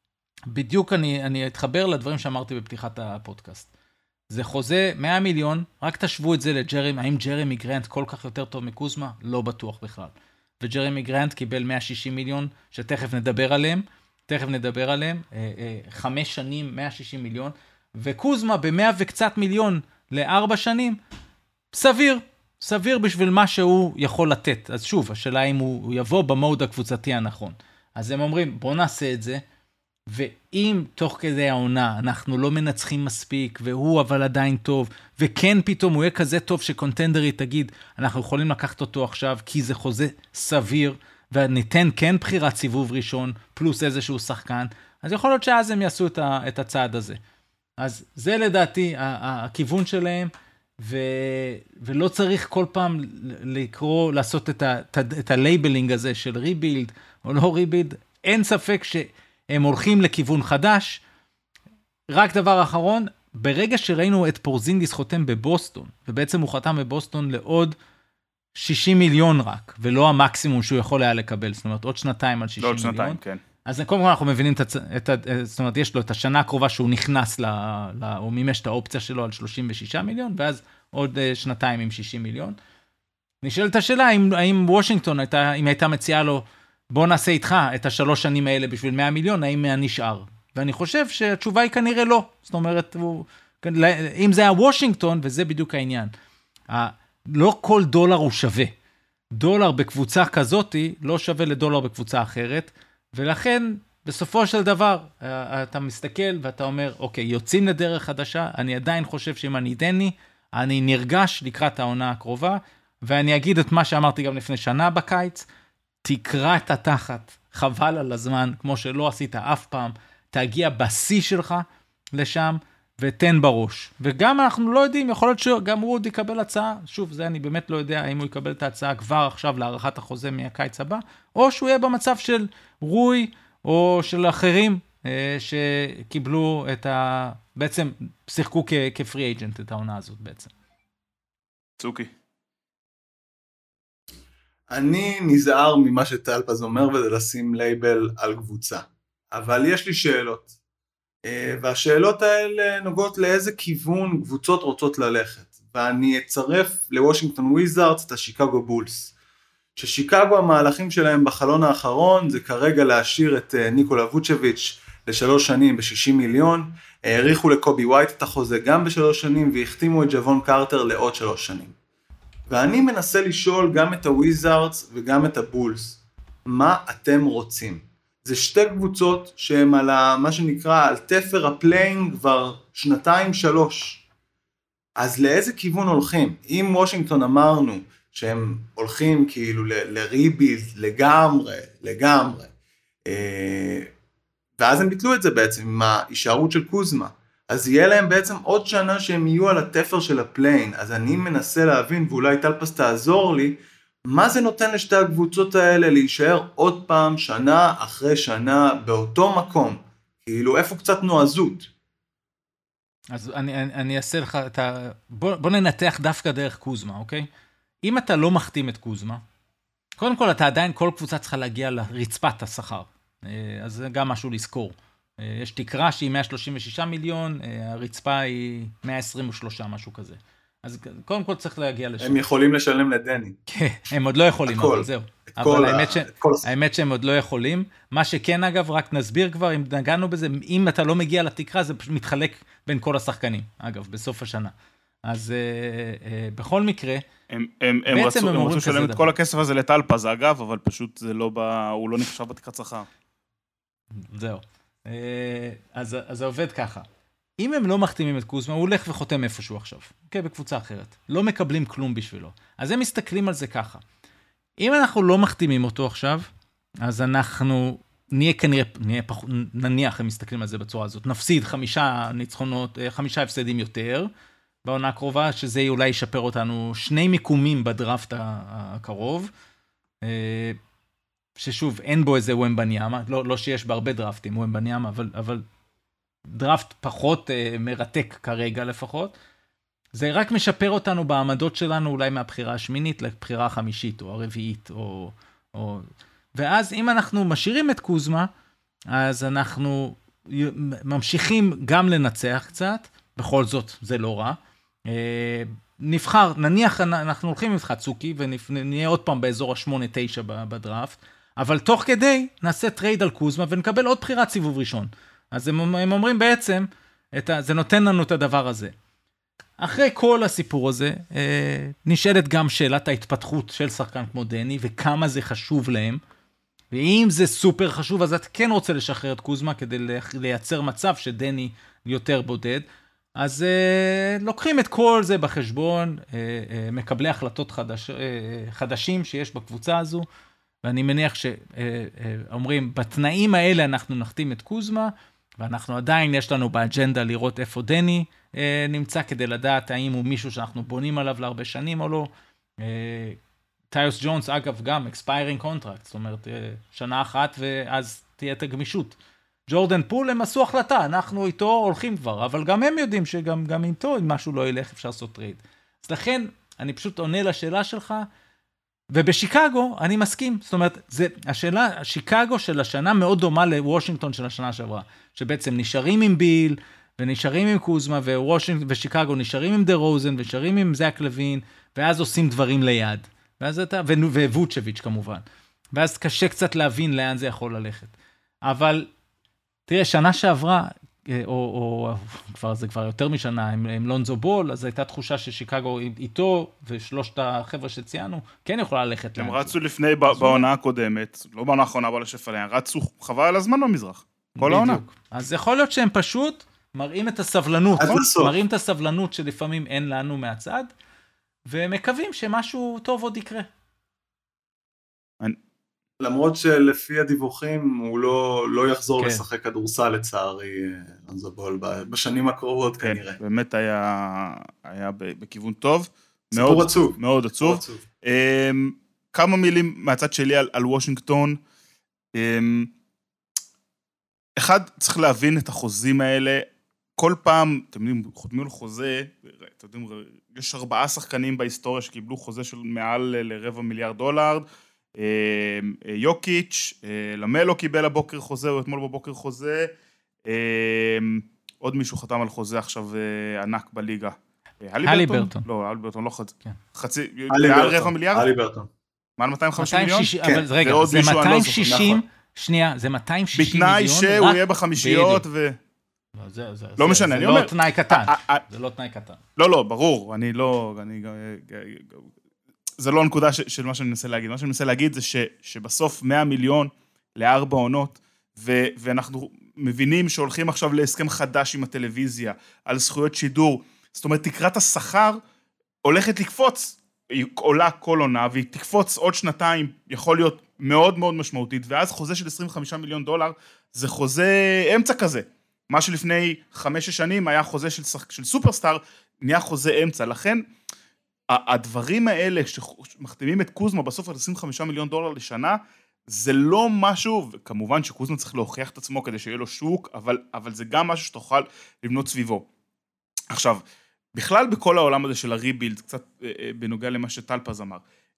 בדיוק אני, אני אתחבר לדברים שאמרתי בפתיחת הפודקאסט. זה חוזה מאה מיליון, רק תשוו את זה לג'רמי, האם ג'רמי גרנט כל כך יותר טוב מקוזמה? לא בטוח בכלל. וג'רמי גרנט קיבל מאה ושישים מיליון, שתכף נדבר עליהם, תכף נדבר עליהם, חמש שנים, מאה ושישים מיליון, וקוזמה ב-מאה וקצת מיליון לארבע שנים, סביר. סביר בשביל מה שהוא יכול לתת. אז שוב, השאלה אם הוא יבוא במוד הקבוצתי הנכון. אז הם אומרים, בוא נעשה את זה, ואם תוך כדי העונה אנחנו לא מנצחים מספיק, והוא אבל עדיין טוב, וכן פתאום הוא יהיה כזה טוב שקונטנדרית תגיד, אנחנו יכולים לקחת אותו עכשיו, כי זה חוזה סביר, וניתן כן בחירת סיבוב ראשון, פלוס איזשהו שחקן, אז יכול להיות שאז הם יעשו את הצעד הזה. אז זה לדעתי הכיוון שלהם, ו... ולא צריך כל פעם לקרוא, לעשות את, ה... את הלייבלינג הזה של ריבילד או לא ריבילד. אין ספק שהם הולכים לכיוון חדש. רק דבר אחרון, ברגע שראינו את פורזינגיס חותם בבוסטון, ובעצם הוא חתם בבוסטון לעוד שישים מיליון רק, ולא המקסימום שהוא יכול היה לקבל, זאת אומרת עוד שנתיים על שישים מיליון. שנתיים, כן. אז קודם כל אנחנו מבינים את, את, זאת אומרת, יש לו את השנה הקרובה שהוא נכנס, ל, ל, הוא מימש את האופציה שלו על שלושים ושישה מיליון, ואז עוד שנתיים עם שישים מיליון. נשאלת השאלה, האם, האם וושינגטון הייתה, אם הייתה מציעה לו, בוא נעשה איתך את השלוש שנים האלה בשביל מאה מיליון, האם מה נשאר? ואני חושב שהתשובה היא כנראה לא. זאת אומרת, הוא, אם זה היה וושינגטון, וזה בדיוק העניין, לא כל דולר הוא שווה. דולר בקבוצה כזאת לא שווה לדולר בקבוצה אחרת, ולכן בסופו של דבר אתה מסתכל ואתה אומר, אוקיי, יוצאים לדרך חדשה, אני עדיין חושב שאם אני דני, אני נרגש לקראת העונה הקרובה, ואני אגיד את מה שאמרתי גם לפני שנה בקיץ, תקרא את התחת, חבל על הזמן, כמו שלא עשית אף פעם, תגיע בשיא שלך לשם, ותן בראש. וגם אנחנו לא יודעים, יכול להיות שגם הוא עוד יקבל הצעה, שוב, זה אני באמת לא יודע, האם הוא יקבל את ההצעה כבר עכשיו להארכת החוזה מהקיץ הבא, או שהוא יהיה במצב של רוי, או של אחרים, אה, שקיבלו את ה... בעצם שיחקו כ- כפרי אייג'נט את העונה הזאת בעצם. צוקי. אני נזהר ממה שטלפז אומר, וזה לשים לייבל על קבוצה. אבל יש לי שאלות. והשאלות האלה נוגעות לאיזה כיוון קבוצות רוצות ללכת. ואני אצרף לוושינגטון וויזארדס את השיקגו בולס. ששיקגו המהלכים שלהם בחלון האחרון, זה כרגע להשאיר את ניקולה ווצ'ביץ' לשלוש שנים ב-שישים מיליון, העריכו לקובי ווייט את החוזה גם בשלוש שנים, והחתימו את ג'וון קרטר לעוד שלוש שנים. ואני מנסה לשאול גם את הוויזארדס וגם את הבולס, מה אתם רוצים? זה שתי קבוצות שהן על ה, מה שנקרא על תפר הפליינג כבר שנתיים שלוש. אז לאיזה כיוון הולכים? אם וושינגטון אמרנו שהם הולכים כאילו לריבילד לגמרי, לגמרי, ואז הם ביטלו את זה בעצם עם ההישארות של קוזמה. אז יהיה להם בעצם עוד שנה שהם יהיו על התפר של הפליין. אז אני מנסה להבין, ואולי טלפס תעזור לי, מה זה נותן לשתי הקבוצות האלה להישאר עוד פעם שנה אחרי שנה באותו מקום? כאילו איפה קצת נועזות? אז אני, אני, אני אעשה לך את ה... בוא, בוא ננתח דווקא דרך קוזמה, אוקיי? אם אתה לא מחתים את קוזמה, קודם כל אתה עדיין, כל קבוצה צריכה להגיע לרצפת השכר. אז זה גם משהו לזכור. יש תקרה שהיא מאה שלושים ושישה מיליון, הרצפה היא מאה עשרים ושלוש, משהו כזה. אז קודם כל צריך להגיע לשם. הם יכולים לשלם לדני. כן, הם עוד לא יכולים, הכל, אבל זהו. אבל האמת, ה... ש... האמת שהם עוד לא יכולים. מה שכן אגב, רק נסביר כבר, אם נגענו בזה, אם אתה לא מגיע לתקרה, זה פשוט מתחלק בין כל השחקנים, אגב, בסוף השנה. אז אה, אה, בכל מקרה, הם, הם, הם רצו, הם רצו לשלם את כל הכסף הזה לטלפז, אגב, אבל פשוט זה לא בא, הוא לא נחשב בתקרת שכר. זהו. אז, אז זה עובד ככה. אם הם לא מחתימים את קוזמה, הוא הולך וחותם איפשהו עכשיו. אוקיי, בקבוצה אחרת. לא מקבלים כלום בשבילו. אז הם מסתכלים על זה ככה. אם אנחנו לא מחתימים אותו עכשיו, אז אנחנו נהיה כנראה, נהיה פח, נניח הם מסתכלים על זה בצורה הזאת, נפסיד חמישה ניצחונות, חמישה הפסדים יותר, בעונה הקרובה, שזה אולי ישפר אותנו שני מיקומים בדראפט הקרוב, ששוב, אין בו איזה ומבניאמה, לא, לא שיש בהרבה דראפטים ומבניאמה, אבל, אבל דראפט פחות אה, מרתק כרגע לפחות. זה רק משפר אותנו בעמדות שלנו, אולי מהבחירה השמינית לבחירה החמישית או הרביעית. או, או... ואז אם אנחנו משאירים את קוזמה, אז אנחנו ממשיכים גם לנצח קצת, בכל זאת זה לא רע. אה, נבחר, נניח אנחנו הולכים עם חצוקי, ונהיה עוד פעם באזור ה-שמונה תשע בדראפט, אבל תוך כדי נעשה טרייד על קוזמה, ונקבל עוד בחירת סיבוב ראשון. אז הם, הם אומרים בעצם, את ה, זה נותן לנו את הדבר הזה. אחרי כל הסיפור הזה, אה, נשאלת גם שאלת ההתפתחות של שחקן כמו דני, וכמה זה חשוב להם. ואם זה סופר חשוב, אז את כן רוצה לשחרר את קוזמה, כדי לייצר מצב שדני יותר בודד. אז uh, לוקחים את כל זה בחשבון, uh, uh, מקבלי החלטות חדש, uh, חדשים שיש בקבוצה הזו, ואני מניח שאומרים, uh, uh, בתנאים האלה אנחנו נחתים את קוזמה, ואנחנו עדיין יש לנו באג'נדה לראות איפה דני uh, נמצא, כדי לדעת האם הוא מישהו שאנחנו בונים עליו להרבה שנים או לא. Uh, טיוס ג'ונס, אגב, גם expiring contract, זאת אומרת, uh, שנה אחת ואז תהיה את הגמישות. ג'ורדן פול הם עשו החלטה, אנחנו איתו הולכים כבר, אבל גם הם יודעים שגם גם איתו, אם משהו לא ילך, אפשר לעשות טרייד. אז לכן, אני פשוט עונה לשאלה שלך, ובשיקגו אני מסכים, זאת אומרת, זה, השאלה, שיקגו של השנה מאוד דומה לוושינגטון של השנה שעברה, שבעצם נשארים עם ביל, ונשארים עם קוזמה, ווושינגטון ושיקגו נשארים עם דה רוזן, ונשארים עם זק לוין, ואז עושים דברים ליד, ואז אתה, וווצ'ביץ' כמובן, ואז קשה קצת להבין לאן זה יכול ללכת. אבל, תראה, שנה שעברה, או, או כבר, זה כבר יותר משנה, עם, עם לונזו בול, אז הייתה תחושה ששיקגו איתו, ושלושת החבר'ה שציינו, כן יכולה ללכת הם לאן. רצו לפני בעונה הקודמת, לא בעונה האחרונה בעונה שפליה, רצו חבל על הזמן במזרח, כל העונה. אז יכול להיות שהם פשוט מראים את הסבלנות, מראים את הסבלנות שלפעמים אין לנו מהצד, ומקווים שמשהו טוב עוד יקרה. למרות שלפי הדיווחים הוא לא, לא יחזור כן. לשחק כדורסל לצערי, לונזו בול, בשנים הקרובות כן, כנראה. באמת היה, היה בכיוון טוב. סיפור מאוד, עצוב. מאוד עצוב. עצוב. Um, כמה מילים מהצד שלי על, על וושינגטון. Um, אחד, צריך להבין את החוזים האלה. כל פעם, אתם יודעים, חותמים על חוזה, אתם יודעים, יש ארבעה שחקנים בהיסטוריה שקיבלו חוזה של מעל לרבע מיליארד דולר, יוקיץ', למלו קיבל הבוקר חוזה, או אתמול בבוקר חוזה, עוד מישהו חתם על חוזה עכשיו ענק בליגה. הליברטון. לא, הליברטון לא חצי, חצי, מעל רבע מיליארד? הליברטון. מעל מאתיים וחמישים מיליון? אבל רגע, זה מאתיים ושישים, שנייה, זה מאתיים ושישים מיליון. בתנאי שהוא יהיה בחמישיות ו... לא משנה, אני אומר. זה לא תנאי קטן, זה לא תנאי קטן. לא, לא, ברור, אני לא, אני, זה לא הנקודה של מה שאני מנסה להגיד. מה שאני מנסה להגיד זה שבסוף מאה מיליון לארבע עונות, ואנחנו מבינים שהולכים עכשיו להסכם חדש עם הטלוויזיה, על זכויות שידור, זאת אומרת, תקרת השכר הולכת לקפוץ, היא עולה כל עונה, והיא תקפוץ עוד שנתיים, יכול להיות מאוד מאוד משמעותית, ואז חוזה של עשרים וחמישה מיליון דולר, זה חוזה אמצע כזה. מה שלפני חמש שנים היה חוזה של, של סופרסטאר, נהיה חוזה אמצע. לכן, הדברים האלה שמחתימים את קוזמה בסוף על עשרים וחמישה מיליון דולר לשנה, זה לא משהו, וכמובן שקוזמה צריך להוכיח את עצמו כדי שיהיה לו שוק, אבל, אבל זה גם משהו שתוכל לבנות סביבו. עכשיו, בכלל בכל העולם הזה של הריבילד, קצת בנוגע למה שטלפז אמר,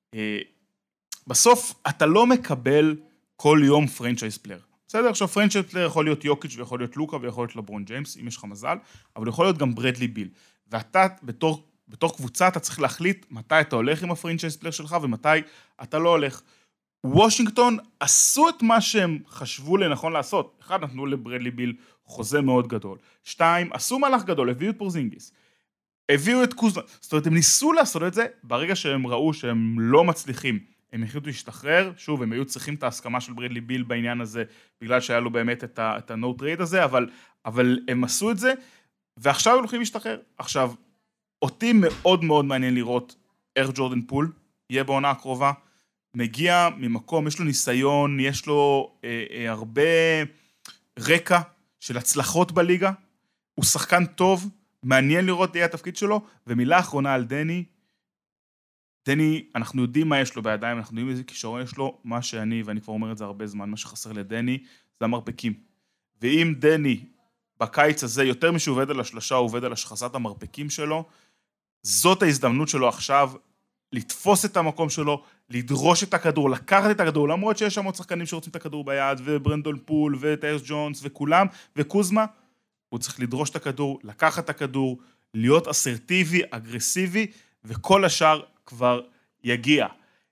בסוף אתה לא מקבל כל יום פרנצ'ייז פלייר. בסדר, עכשיו פרנצ'ייז פלייר יכול להיות יוקיץ' ויכול להיות לוקה ויכול להיות לברון ג'יימס, אם יש לך מזל, אבל יכול להיות גם ברדלי ביל. ואתה בתור, בתור קבוצה אתה צריך להחליט מתי אתה הולך עם הפרנצ'ייז פלייר שלך ומתי אתה לא הולך. וושינגטון עשו את מה שהם חשבו לנכון לעשות. אחד, נתנו לברדלי ביל חוזה מאוד גדול. שתיים, עשו מהלך גדול, הביאו את פורזינגיס. הביאו את קוזמה. זאת אומרת, הם ניסו לעשות את זה, ברגע שהם ראו שהם לא מצליחים, הם החליטו להשתחרר. שוב, הם היו צריכים את ההסכמה של ברדלי ביל בעניין הזה, בגלל שהיה לו באמת את ה- את ה-no trade הזה, אבל, אבל הם עשו את זה, ועכשיו הם הולכים להשתחרר. עכשיו, אותי מאוד מאוד מעניין לראות איך ג'ורדן פול יהיה בעונה הקרובה, מגיע ממקום, יש לו ניסיון, יש לו אה, אה, הרבה רקע של הצלחות בליגה, הוא שחקן טוב, מעניין לראות יהיה התפקיד שלו, ומילה אחרונה על דני, דני, אנחנו יודעים מה יש לו בידיים, אנחנו יודעים איזה כישרון יש לו, מה שאני, ואני כבר אומר את זה הרבה זמן, מה שחסר לדני, זה המרפקים. ואם דני, בקיץ הזה, יותר משהו עובד על השלושה, הוא עובד על השחסת המרפקים שלו, זאת ההזדמנות שלו עכשיו, לתפוס את המקום שלו, לדרוש את הכדור, לקחת את הכדור, למרות שיש שם עוד שחקנים שרוצים את הכדור ביד, וברנדון פול, וטיירס ג'ונס, וכולם, וקוזמה, הוא צריך לדרוש את הכדור, לקחת את הכדור, להיות אסרטיבי, אגרסיבי, וכל השאר כבר יגיע.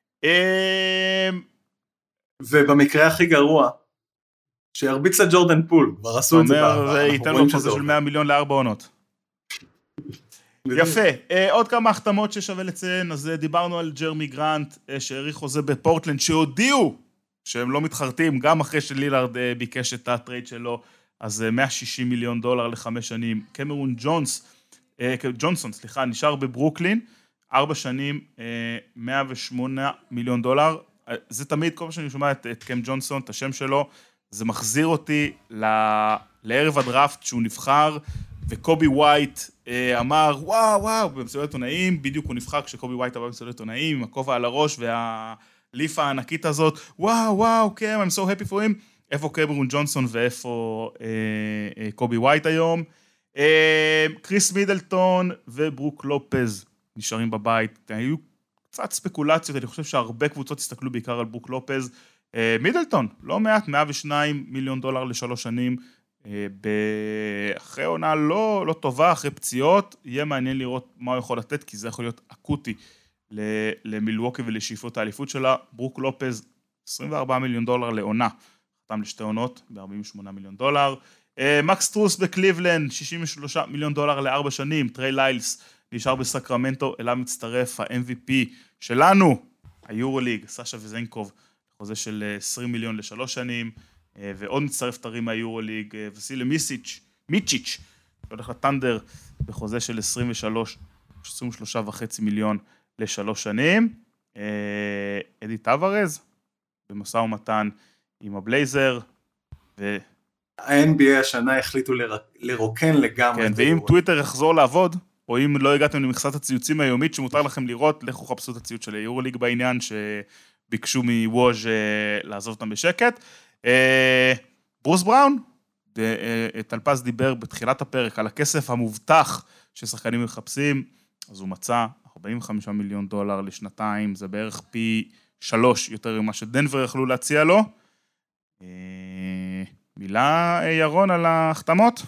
ובמקרה הכי גרוע, שירביץ לג'ורדן פול, כבר עשו את זה בעבר. זה ייתן לו חוזה של מאה מיליון לארבע עונות. יפה, עוד כמה החתמות ששווה לציין, אז דיברנו על ג'רמי גרנט, שהעריך חוזה בפורטלנד, שהודיעו שהם לא מתחרטים, גם אחרי שלילארד ביקש את הטרייד שלו, אז מאה ושישים מיליון דולר לחמש שנים. קמרון ג'ונס, ג'ונסון, סליחה, נשאר בברוקלין, ארבע שנים, מאה ושמונה מיליון דולר. זה תמיד, כל מה שאני שומע את, את קם ג'ונסון, את השם שלו, זה מחזיר אותי ל... לערב הדראפט שהוא נבחר, וקובי ווייט אמר, וואו, וואו, במסיבת עיתונאים, בדיוק הוא נבחר כשקובי ווייט עבר במסיבת עיתונאים, עם הכובע על הראש והליפה הענקית הזאת, וואו, וואו, כן, I'm so happy for him. איפה קמרון ג'ונסון ואיפה אה, אה, קובי ווייט היום. אה, קריס מידלטון וברוק לופז נשארים בבית. היו קצת ספקולציות, אני חושב שהרבה קבוצות הסתכלו בעיקר על ברוק לופז, מידלטון, לא מעט, מאה ושניים מיליון דולר לשלוש שנים, אחרי עונה לא, לא טובה, אחרי פציעות, יהיה מעניין לראות מה הוא יכול לתת, כי זה יכול להיות אקוטי למילווקי ולשאיפות האליפות שלה. ברוק לופז, עשרים וארבעה מיליון דולר לעונה, חתם לשתי עונות, ב-ארבעים ושמונה מיליון דולר. מקס טרוס בקליבלנד, שישים ושלושה מיליון דולר לארבע שנים, טריי ליילס, נשאר בסקרמנטו, אליו מצטרף ה-אם וי פי שלנו, היורוליג, סשה וזנקוב, חוזה של עשרים מיליון לשלוש שנים, ועוד מצטרף תרים מהיורוליג, וסילה מיסיץ', מיצ'יץ', שהולך לטנדר, בחוזה של עשרים ושלושה וחצי מיליון לשלוש שנים. אדי טוורז, במשא ומתן עם הבלייזר, ו... ה-אן בי איי השנה החליטו לרוקן לגמרי. כן, ואם טוויטר יחזור לעבוד, או אם לא הגעתם למכסת הציוצים היומית שמותר לכם לראות, לכו חפשו את הציוץ של היורוליג בעניין, שביקשו מווז' לעזוב אותם בשקט. ברוס בראון, טלפז דיבר בתחילת הפרק על הכסף המובטח ששחקנים מחפשים, אז הוא מצא ארבעים וחמישה מיליון דולר לשנתיים, זה בערך פי שלוש יותר ממה שדנבר יכלו להציע לו. מילה ירון על ההחתמות?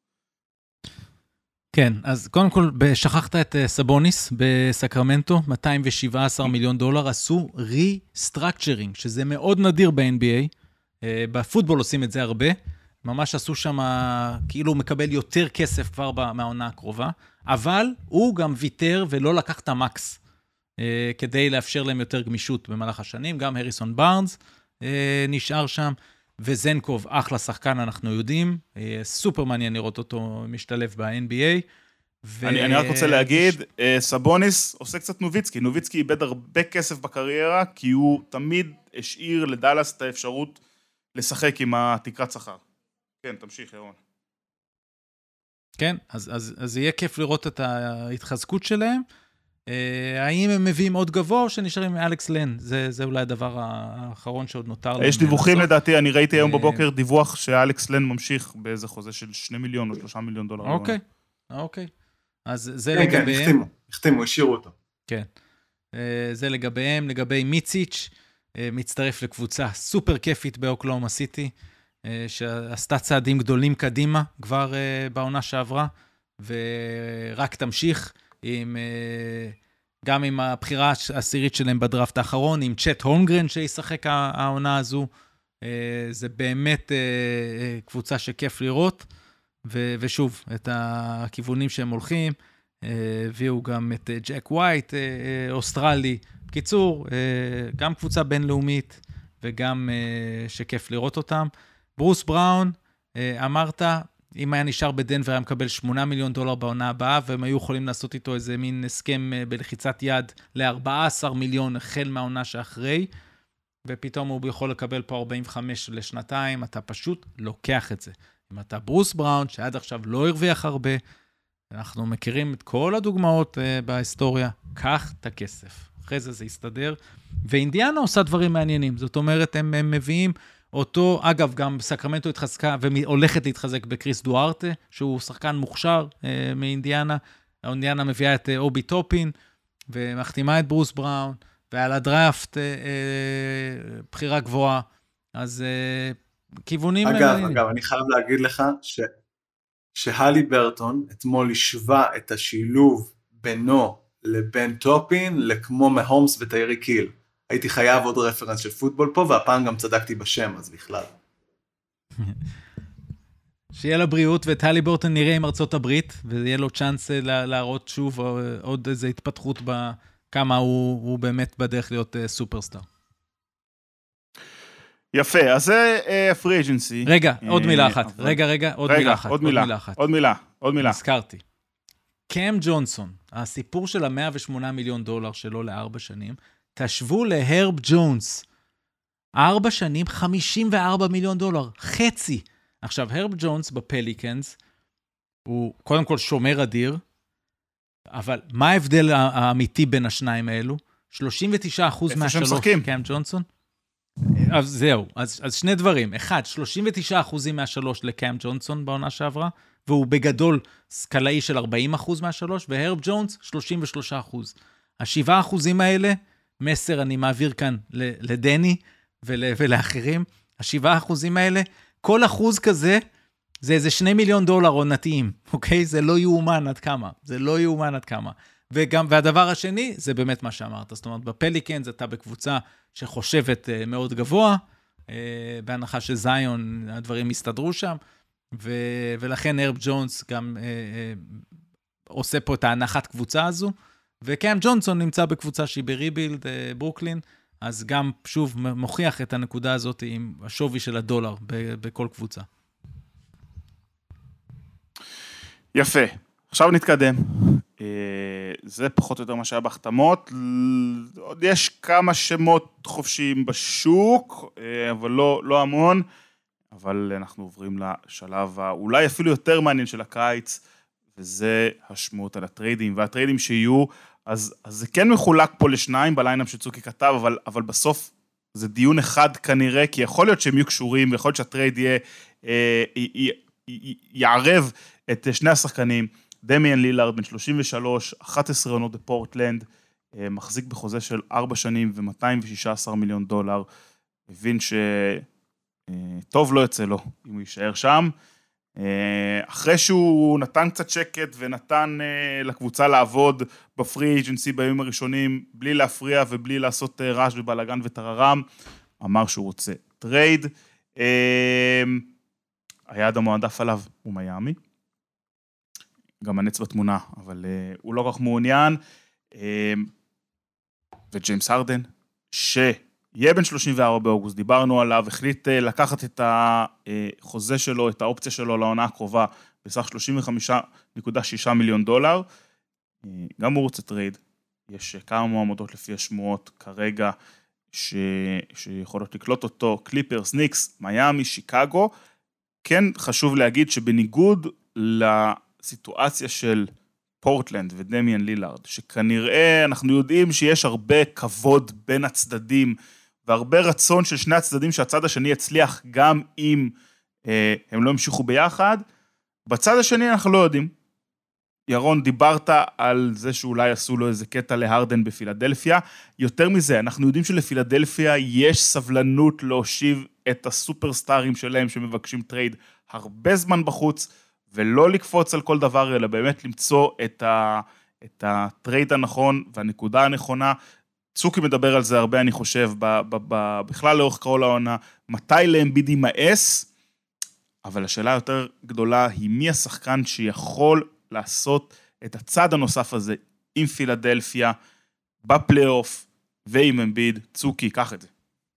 כן, אז קודם כל, שכחת את סבוניס בסקרמנטו, מאתיים ושבעה עשר מיליון דולר, עשו ריסטרקצ'רינג, שזה מאוד נדיר ב-אן בי איי, בפוטבול עושים את זה הרבה, ממש עשו שם, כאילו הוא מקבל יותר כסף כבר מהעונה הקרובה, אבל הוא גם ויתר ולא לקח את המקס, כדי לאפשר להם יותר גמישות במהלך השנים, גם הריסון בארנס נשאר שם, וזנקוב, אחלה שחקן, אנחנו יודעים, סופר מעניין לראות אותו משתלב ב-אן בי איי. ו... אני, אני רק רוצה להגיד, סבוניס עושה קצת נוביצקי, נוביצקי איבד הרבה כסף בקריירה, כי הוא תמיד השאיר לדלס את האפשרות לשחק עם התקרת שכר. כן, תמשיך, ירון. כן, אז, אז, אז יהיה כיף לראות את ההתחזקות שלהם, האם הם מביאים עוד גבוה או שנשארים עם אלכס לן? זה, זה אולי הדבר האחרון שעוד נותר. יש דיווחים לדעתי, אני ראיתי היום בבוקר דיווח שאלכס לן ממשיך באיזה חוזה של שני מיליון או שלושה מיליון דולר. אוקיי, אוקיי. אז זה לגביהם. כן, החתימו, החתימו, השאירו אותו. כן. זה לגביהם, לגבי מיציץ', מצטרף לקבוצה סופר כיפית באוקלאומה סיטי, שעשתה צעדים גדולים קדימה כבר בעונה שעברה, ורק תמשיך. עם, גם עם הבחירה העשירית שלהם בדראפט האחרון, עם צ'ט הולמגרן שישחק העונה הזו, זה באמת קבוצה שכיף לראות, ו, ושוב, את הכיוונים שהם הולכים, הביאו גם את ג'ק ווייט, אוסטרלי, בקיצור, גם קבוצה בינלאומית, וגם שכיף לראות אותם. ברוס בראון, אמרת, אם היה נשאר בדנבר, היה מקבל שמונה מיליון דולר בעונה הבאה, והם היו יכולים לעשות איתו איזה מין הסכם בלחיצת יד ל-ארבעה עשר מיליון החל מהעונה שאחרי, ופתאום הוא יכול לקבל פה ארבעים וחמש לשנתיים, אתה פשוט לוקח את זה. אם אתה ברוס בראון, שעד עכשיו לא הרוויח הרבה, אנחנו מכירים את כל הדוגמאות בהיסטוריה, קח את הכסף. אחרי זה זה יסתדר, ואינדיאנה עושה דברים מעניינים, זאת אומרת, הם, הם מביאים אותו, אגב, גם סקרמנטו התחזקה, והולכת להתחזק בקריס דוארטה, שהוא שחקן מוכשר אה, מאינדיאנה, האינדיאנה מביאה את אה, אובי טופין, ומחתימה את ברוס בראון, ועל הדראפט אה, אה, בחירה גבוהה, אז אה, כיוונים... אגב, אה, אגב, אני חייב להגיד לך, ש... שהלי ברטון אתמול השווה את השילוב בינו לבין טופין, לכמו מהומס וטיירי קיל. הייתי חייב עוד רפרנס של פוטבול פה, והפעם גם צדקתי בשם, אז בכלל. שיהיה לו בריאות, ואת הלי ברטון נראה עם ארצות הברית, ויהיה לו צ'אנס להראות שוב עוד איזו התפתחות בכמה הוא, הוא באמת בדרך להיות סופרסטאר. יפה, אז זה פרי אג'נסי. רגע, עוד מילה אחת. רגע, רגע, עוד מילה אחת. עוד מילה, עוד מילה, עוד מילה. הזכרתי. קאם ג'ונסון, הסיפור של ה-מאה ושמונה מיליון דולר שלו לארבע שנים, תשוו להרב ג'ונס, ארבע שנים, חמישים וארבעה מיליון דולר, חצי. עכשיו, הרב ג'ונס בפליקנס, הוא קודם כל שומר אדיר, אבל מה ההבדל האמיתי בין השניים האלו? שלושים ותשעה אחוז מהשלוש, קאם ג'ונסון? אז זהו, אז, אז שני דברים. אחד, שלושים ותשעה אחוז מהשלוש לקאם ג'ונסון בעונה שעברה, והוא בגדול סקלאי של ארבעים אחוז מהשלוש, והרב ג'ונס, שלושים ושלושה אחוז. השבעה אחוזים האלה, מסר אני מעביר כאן לדני ול, ולאחרים, השבעה אחוזים האלה, כל אחוז כזה, זה איזה שני מיליון דולר עונתיים, אוקיי? זה לא יאומן עד כמה, זה לא יאומן עד כמה. וגם, והדבר השני, זה באמת מה שאמרת, זאת אומרת, בפליקנס אתה בקבוצה שחושבת מאוד גבוה, בהנחה שזיון, הדברים הסתדרו שם, ו- ולכן הרב ג'ונס גם עושה פה את ההנחת קבוצה הזו, וקאם ג'ונסון נמצא בקבוצה שהיא בריבילד, ברוקלין, אז גם שוב מוכיח את הנקודה הזאת עם השווי של הדולר בכל קבוצה. יפה, עכשיו נתקדם. זה פחות או יותר מה שהיה בהחתמות, עוד יש כמה שמות חופשיים בשוק, אבל לא, לא המון, אבל אנחנו עוברים לשלב אולי אפילו יותר מעניין של הקיץ, וזה השמועות על הטריידים, והטריידים שיהיו, אז, אז זה כן מחולק פה לשניים בליינאפ שצוקי כתב, אבל, אבל בסוף זה דיון אחד כנראה, כי יכול להיות שהם יהיו קשורים, ויכול להיות שהטרייד יהיה, אה, י, י, י, יערב את שני השחקנים, דמיאן לילארד בן שלושים ושלוש, אחת עשרה עונות בפורטלנד, אה, מחזיק בחוזה של ארבע שנים ו-מאתיים ושישה עשר מיליון דולר, מבין שטוב לא יוצא לו אם הוא יישאר שם, אחרי שהוא נתן קצת שקט ונתן לקבוצה לעבוד בפרי אג'נסי בימים הראשונים, בלי להפריע ובלי לעשות רעש ובלגן וטררם, אמר שהוא רוצה טרייד. היעד המועדף עליו הוא מיאמי, גם הנץ בתמונה, אבל הוא לא כל כך מעוניין. וג'יימס הרדן, שיהיה בן שלושים וארבע באוגוסט, דיברנו עליו, החליט לקחת את החוזה שלו, את האופציה שלו לעונה הקרובה, בסך שלושים וחמישה נקודה שישה מיליון דולר, גם הוא רוצה טרייד, יש כמה מועמדות לפי השמועות כרגע, ש... שיכולות לקלוט אותו, קליפרס, ניקס, מיאמי, שיקגו. כן חשוב להגיד שבניגוד לסיטואציה של פורטלנד ודמיאן לילארד, שכנראה אנחנו יודעים שיש הרבה כבוד בין הצדדים, והרבה רצון של שני הצדדים שהצד השני יצליח גם אם אה, הם לא המשיכו ביחד, בצד השני אנחנו לא יודעים. ירון, דיברת על זה שאולי עשו לו איזה קטע להרדן בפילדלפיה, יותר מזה, אנחנו יודעים שלפילדלפיה יש סבלנות להושיב את הסופרסטארים שלהם שמבקשים טרייד הרבה זמן בחוץ, ולא לקפוץ על כל דבר, אלא באמת למצוא את, ה, את הטרייד הנכון והנקודה הנכונה. צוקי מדבר על זה הרבה, אני חושב, ב, ב, ב, בכלל לאורך כל העונה, מתי לאמביד יימאס, אבל השאלה היותר גדולה היא מי השחקן שיכול לעשות את הצד הנוסף הזה עם פילדלפיה, בפלייאוף ועם אמביד. צוקי, קח את זה.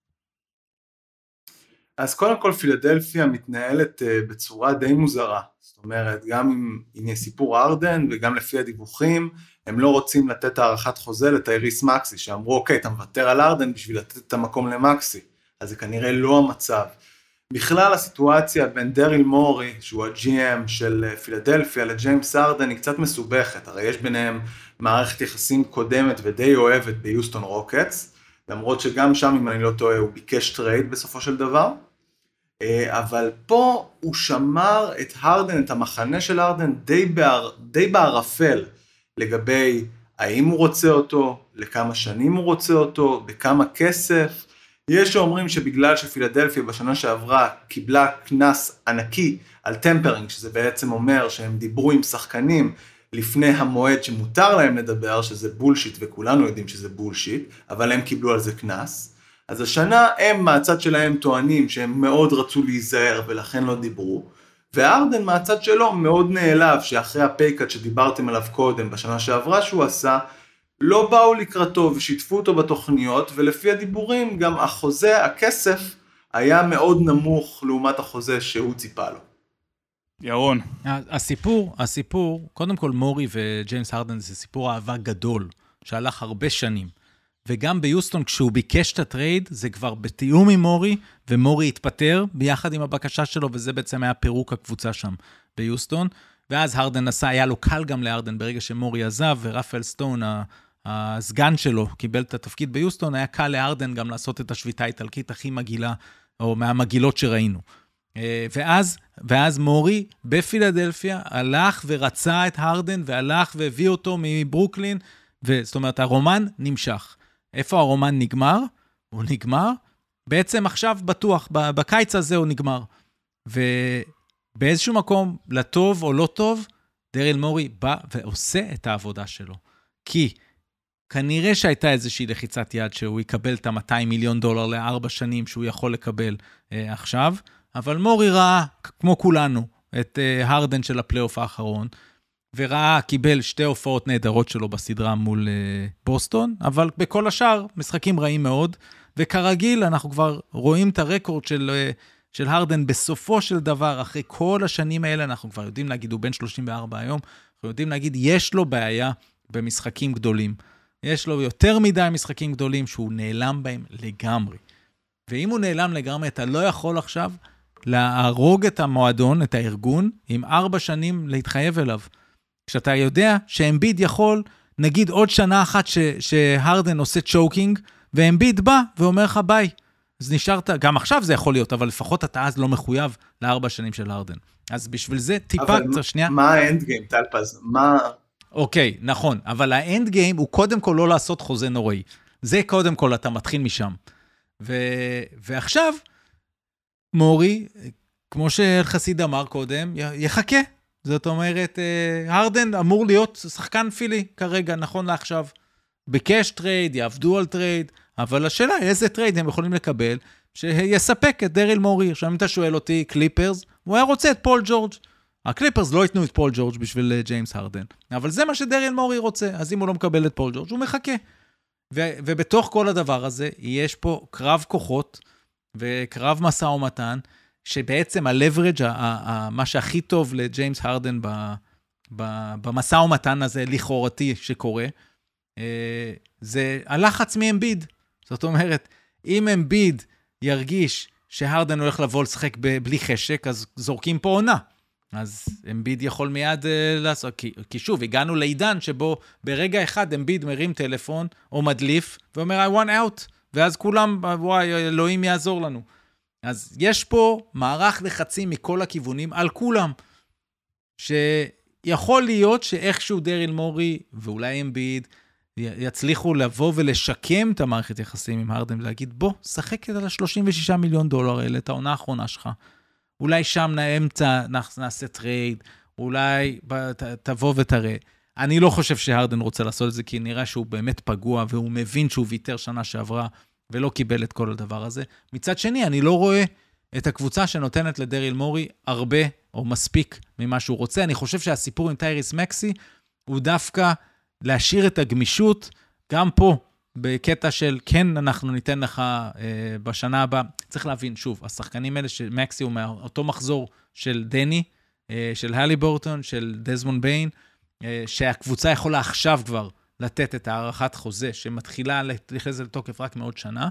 אז קודם כל פילדלפיה מתנהלת בצורה די מוזרה, זאת אומרת, גם עם, עם סיפור ארדן וגם לפי הדיווחים, הם לא רוצים לתת הערכת חוזה לטייריס מקסי, שאמרו, אוקיי, אתה מוותר על ארדן בשביל לתת את המקום למקסי, אז זה כנראה לא המצב. בכלל הסיטואציה בין דריל מורי, שהוא ה-ג'י אם של פילדלפיה, לג'יימס ארדן, היא קצת מסובכת, הרי יש ביניהם מערכת יחסים קודמת ודי אוהבת ביוסטון רוקטס, למרות שגם שם, אם אני לא טועה, הוא ביקש טרייד בסופו של דבר, אבל פה הוא שמר את הרדן, את המחנה של הרדן, די, בער, די בערפל, לגבי האם הוא רוצה אותו, לכמה שנים הוא רוצה אותו, בכמה כסף. יש שאומרים שבגלל שפילדלפיה בשנה שעברה קיבלה כנס ענקי על טמפרינג, שזה בעצם אומר שהם דיברו עם שחקנים לפני המועד שמותר להם לדבר, שזה בולשיט, וכולנו יודעים שזה בולשיט, אבל הם קיבלו על זה כנס. אז השנה הם מהצד שלהם טוענים שהם מאוד רצו להיזהר ולכן לא דיברו, וארדן מהצד שלו מאוד נעלב שאחרי הפייקאט שדיברתם עליו קודם בשנה שעברה שהוא עשה, לא באו לקראתו ושיתפו אותו בתוכניות, ולפי הדיבורים גם החוזה, הכסף, היה מאוד נמוך לעומת החוזה שהוא ציפה לו. ירון. הסיפור, הסיפור, קודם כל מורי וג'יימס הרדן זה סיפור אהבה גדול, שהלך הרבה שנים. וגם ביוסטון, כשהוא ביקש את הטרייד, זה כבר בתיאום עם מורי, ומורי התפטר ביחד עם הבקשה שלו, וזה בעצם היה פירוק הקבוצה שם ביוסטון. ואז הרדן עשה, היה לו קל גם להרדן ברגע שמורי עזב, ורפאל סטון, הסגן שלו, קיבל את התפקיד ביוסטון, היה קל להרדן גם לעשות את השביתה האיטלקית הכי מגילה, או מהמגילות שראינו. ואז, ואז מורי בפילדלפיה הלך ורצה את הרדן, והלך והביא אותו מברוקלין, וזאת אומרת, הרומן נמשך. איפה הרומן נגמר? הוא נגמר. בעצם עכשיו בטוח, בקיץ הזה הוא נגמר. ובאיזשהו מקום, לטוב או לא טוב, דריל מורי בא ועושה את העבודה שלו. כי כנראה שהייתה איזושהי לחיצת יד שהוא יקבל את ה-מאתיים מיליון דולר לארבע שנים שהוא יכול לקבל אה, עכשיו, אבל מורי ראה, כמו כולנו, את אה, הרדן של הפלייאוף האחרון, וראה, קיבל שתי הופעות נהדרות שלו בסדרה מול אה, בוסטון, אבל בכל השאר משחקים רעים מאוד, וכרגיל אנחנו כבר רואים את הרקורד של, אה, של הרדן בסופו של דבר, אחרי כל השנים האלה, אנחנו כבר יודעים להגיד, הוא בן שלושים וארבע היום, אנחנו יודעים להגיד, יש לו בעיה במשחקים גדולים. יש לו יותר מדי משחקים גדולים שהוא נעלם בהם לגמרי. ואם הוא נעלם לגמרי, אתה לא יכול עכשיו להרוג את המועדון, את הארגון, עם ארבע שנים להתחייב אליו. כשאתה יודע שאמביד יכול, נגיד עוד שנה אחת ש- שהרדן עושה צ'וקינג, ואמביד בא ואומר לך ביי. אז נשארת, גם עכשיו זה יכול להיות, אבל לפחות אתה אז לא מחויב לארבע שנים של הרדן. אז בשביל זה טיפה קצת שנייה. מה האנד גיים, טלפז? מה... אוקיי, נכון, אבל האנד גיים הוא קודם כל לא לעשות חוזה נוראי. זה קודם כל אתה מתחיל משם. ו... ועכשיו, מורי, כמו שחסיד אמר קודם, יחכה. זאת אומרת, הרדן אמור להיות שחקן פילי כרגע, נכון לעכשיו. בקש טרייד, יעבדו על טרייד, אבל השאלה היא איזה טרייד הם יכולים לקבל, שיספק את דריל מורי. עכשיו אם אתה שואל אותי, קליפרס, הוא היה רוצה את פול ג'ורג'. הקליפרס לא ייתנו את פול ג'ורג' בשביל ג'יימס הרדן, אבל זה מה שדריל מורי רוצה, אז אם הוא לא מקבל את פול ג'ורג' הוא מחכה. ו- ובתוך כל הדבר הזה, יש פה קרב כוחות, וקרב מסע ומתן, שבעצם ה-leverage, ה- ה- מה שהכי טוב לג'יימס הרדן ב- ב- במסע ומתן הזה, לכאורתי שקורה, זה הלחץ מאמביד. זאת אומרת, אם אמביד ירגיש שהרדן הולך לבוא לשחק בלי חשק, אז זורקים פה עונה. אז אמביד יכול מיד uh, לעשות, כי, כי שוב, הגענו לעידן שבו ברגע אחד אמביד מרים טלפון או מדליף, ואומר, I want out, ואז כולם, וואי, אלוהים יעזור לנו. אז יש פה מערך לחצים מכל הכיוונים על כולם, שיכול להיות שאיכשהו דריל מורי, ואולי אמביד, יצליחו לבוא ולשקם את המערכת יחסים עם הרדן, ולהגיד, בוא, שחק על ה-שלושים ושישה מיליון דולר האלה, את העונה האחרונה שלך. אולי שם נאמצע, נעשה טרייד, אולי תבוא ותראה. אני לא חושב שהרדן רוצה לעשות את זה, כי נראה שהוא באמת פגוע, והוא מבין שהוא ויתר שנה שעברה, ולא קיבל את כל הדבר הזה. מצד שני, אני לא רואה את הקבוצה שנותנת לדריל מורי הרבה, או מספיק ממה שהוא רוצה. אני חושב שהסיפור עם טייריס מקסי, הוא דווקא להשאיר את הגמישות, גם פה, בקטע של כן אנחנו ניתן לך אה, בשנה הבאה, צריך להבין שוב, השחקנים האלה שמקסי הוא מאותו מחזור של דני, אה, של הליבורטון, של דזמונד ביין, אה, שהקבוצה יכולה עכשיו כבר לתת את הערכת חוזה, שמתחילה להיכנס לתוקף רק מעוד שנה,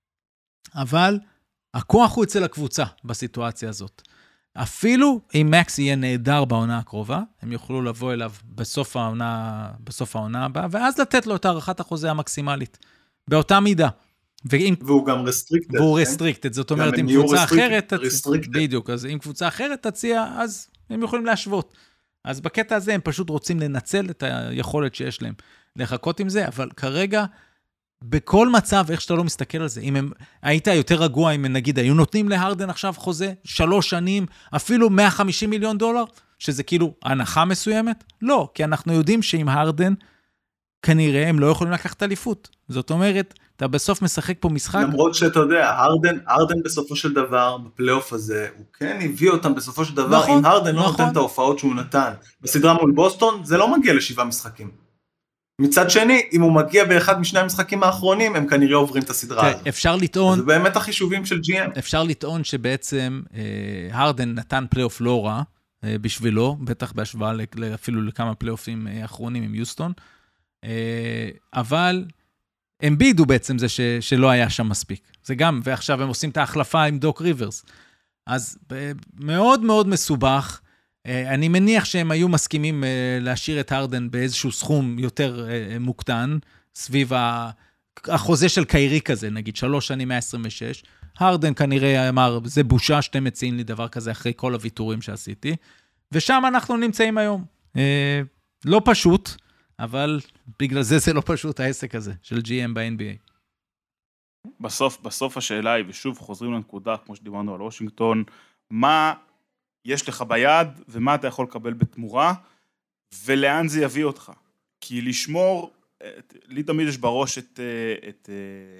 אבל הכוח הוא אצל הקבוצה בסיטואציה הזאת. אפילו אם מקס יהיה נהדר בעונה הקרובה, הם יוכלו לבוא אליו בסוף העונה, בסוף העונה הבאה, ואז לתת לו את הערכת החוזה המקסימלית, באותה מידה. ואם, והוא גם רסטריקטד. והוא רסטריקטד, זאת אומרת, אם קבוצה אחרת, בדיוק, אז אם קבוצה אחרת תציע, אז הם יכולים להשוות. אז בקטע הזה הם פשוט רוצים לנצל את היכולת שיש להם לחכות עם זה, אבל כרגע, בכל מצב, איך שאתה לא מסתכל על זה, אם הם, היית יותר רגוע, אם נגיד, היו נותנים להרדן עכשיו חוזה, שלוש שנים, אפילו מאה וחמישים מיליון דולר, שזה כאילו הנחה מסוימת? לא, כי אנחנו יודעים שעם הרדן, כנראה הם לא יכולים לקחת אליפות. זאת אומרת, אתה בסוף משחק פה משחק. למרות שאתה יודע, הרדן, הרדן בסופו של דבר, בפלייאוף הזה, הוא כן הביא אותם בסופו של דבר, נכון, אם הרדן נכון. לא נותן את ההופעות שהוא נתן, בסדרה מול בוסטון, זה לא מגיע לשבעה משחקים. מצד שני, אם הוא מגיע באחד משני המשחקים האחרונים, הם כנראה עוברים את הסדרה הזאת. אפשר לטעון... זה באמת החישובים של ג'י אם. אפשר לטעון שבעצם אה, הרדן נתן פלייאוף לא רע אה, בשבילו, בטח בהשוואה אפילו לכמה פלייאופים אה, אחרונים עם יוסטון, אה, אבל אמביד הוא בעצם זה ש, שלא היה שם מספיק. זה גם, ועכשיו הם עושים את ההחלפה עם דוק ריברס. אז אה, מאוד מאוד מסובך, אני מניח שהם היו מסכימים להשאיר את הרדן באיזשהו סכום יותר מוקטן, סביב החוזה של קיירי כזה, נגיד שלוש שנים מאה עשרים ושש. הרדן כנראה אמר, זה בושה שאתם מציעים לי דבר כזה אחרי כל הוויתורים שעשיתי, ושם אנחנו נמצאים היום. לא פשוט, אבל בגלל זה זה לא פשוט העסק הזה, של ג'י אם ב-אן בי איי. בסוף, בסוף השאלה היא, ושוב חוזרים לנקודה, כמו שדיברנו על וושינגטון, מה יש לך ביד, ומה אתה יכול לקבל בתמורה, ולאן זה יביא אותך. כי לשמור, לי תמיד יש בראש את, את,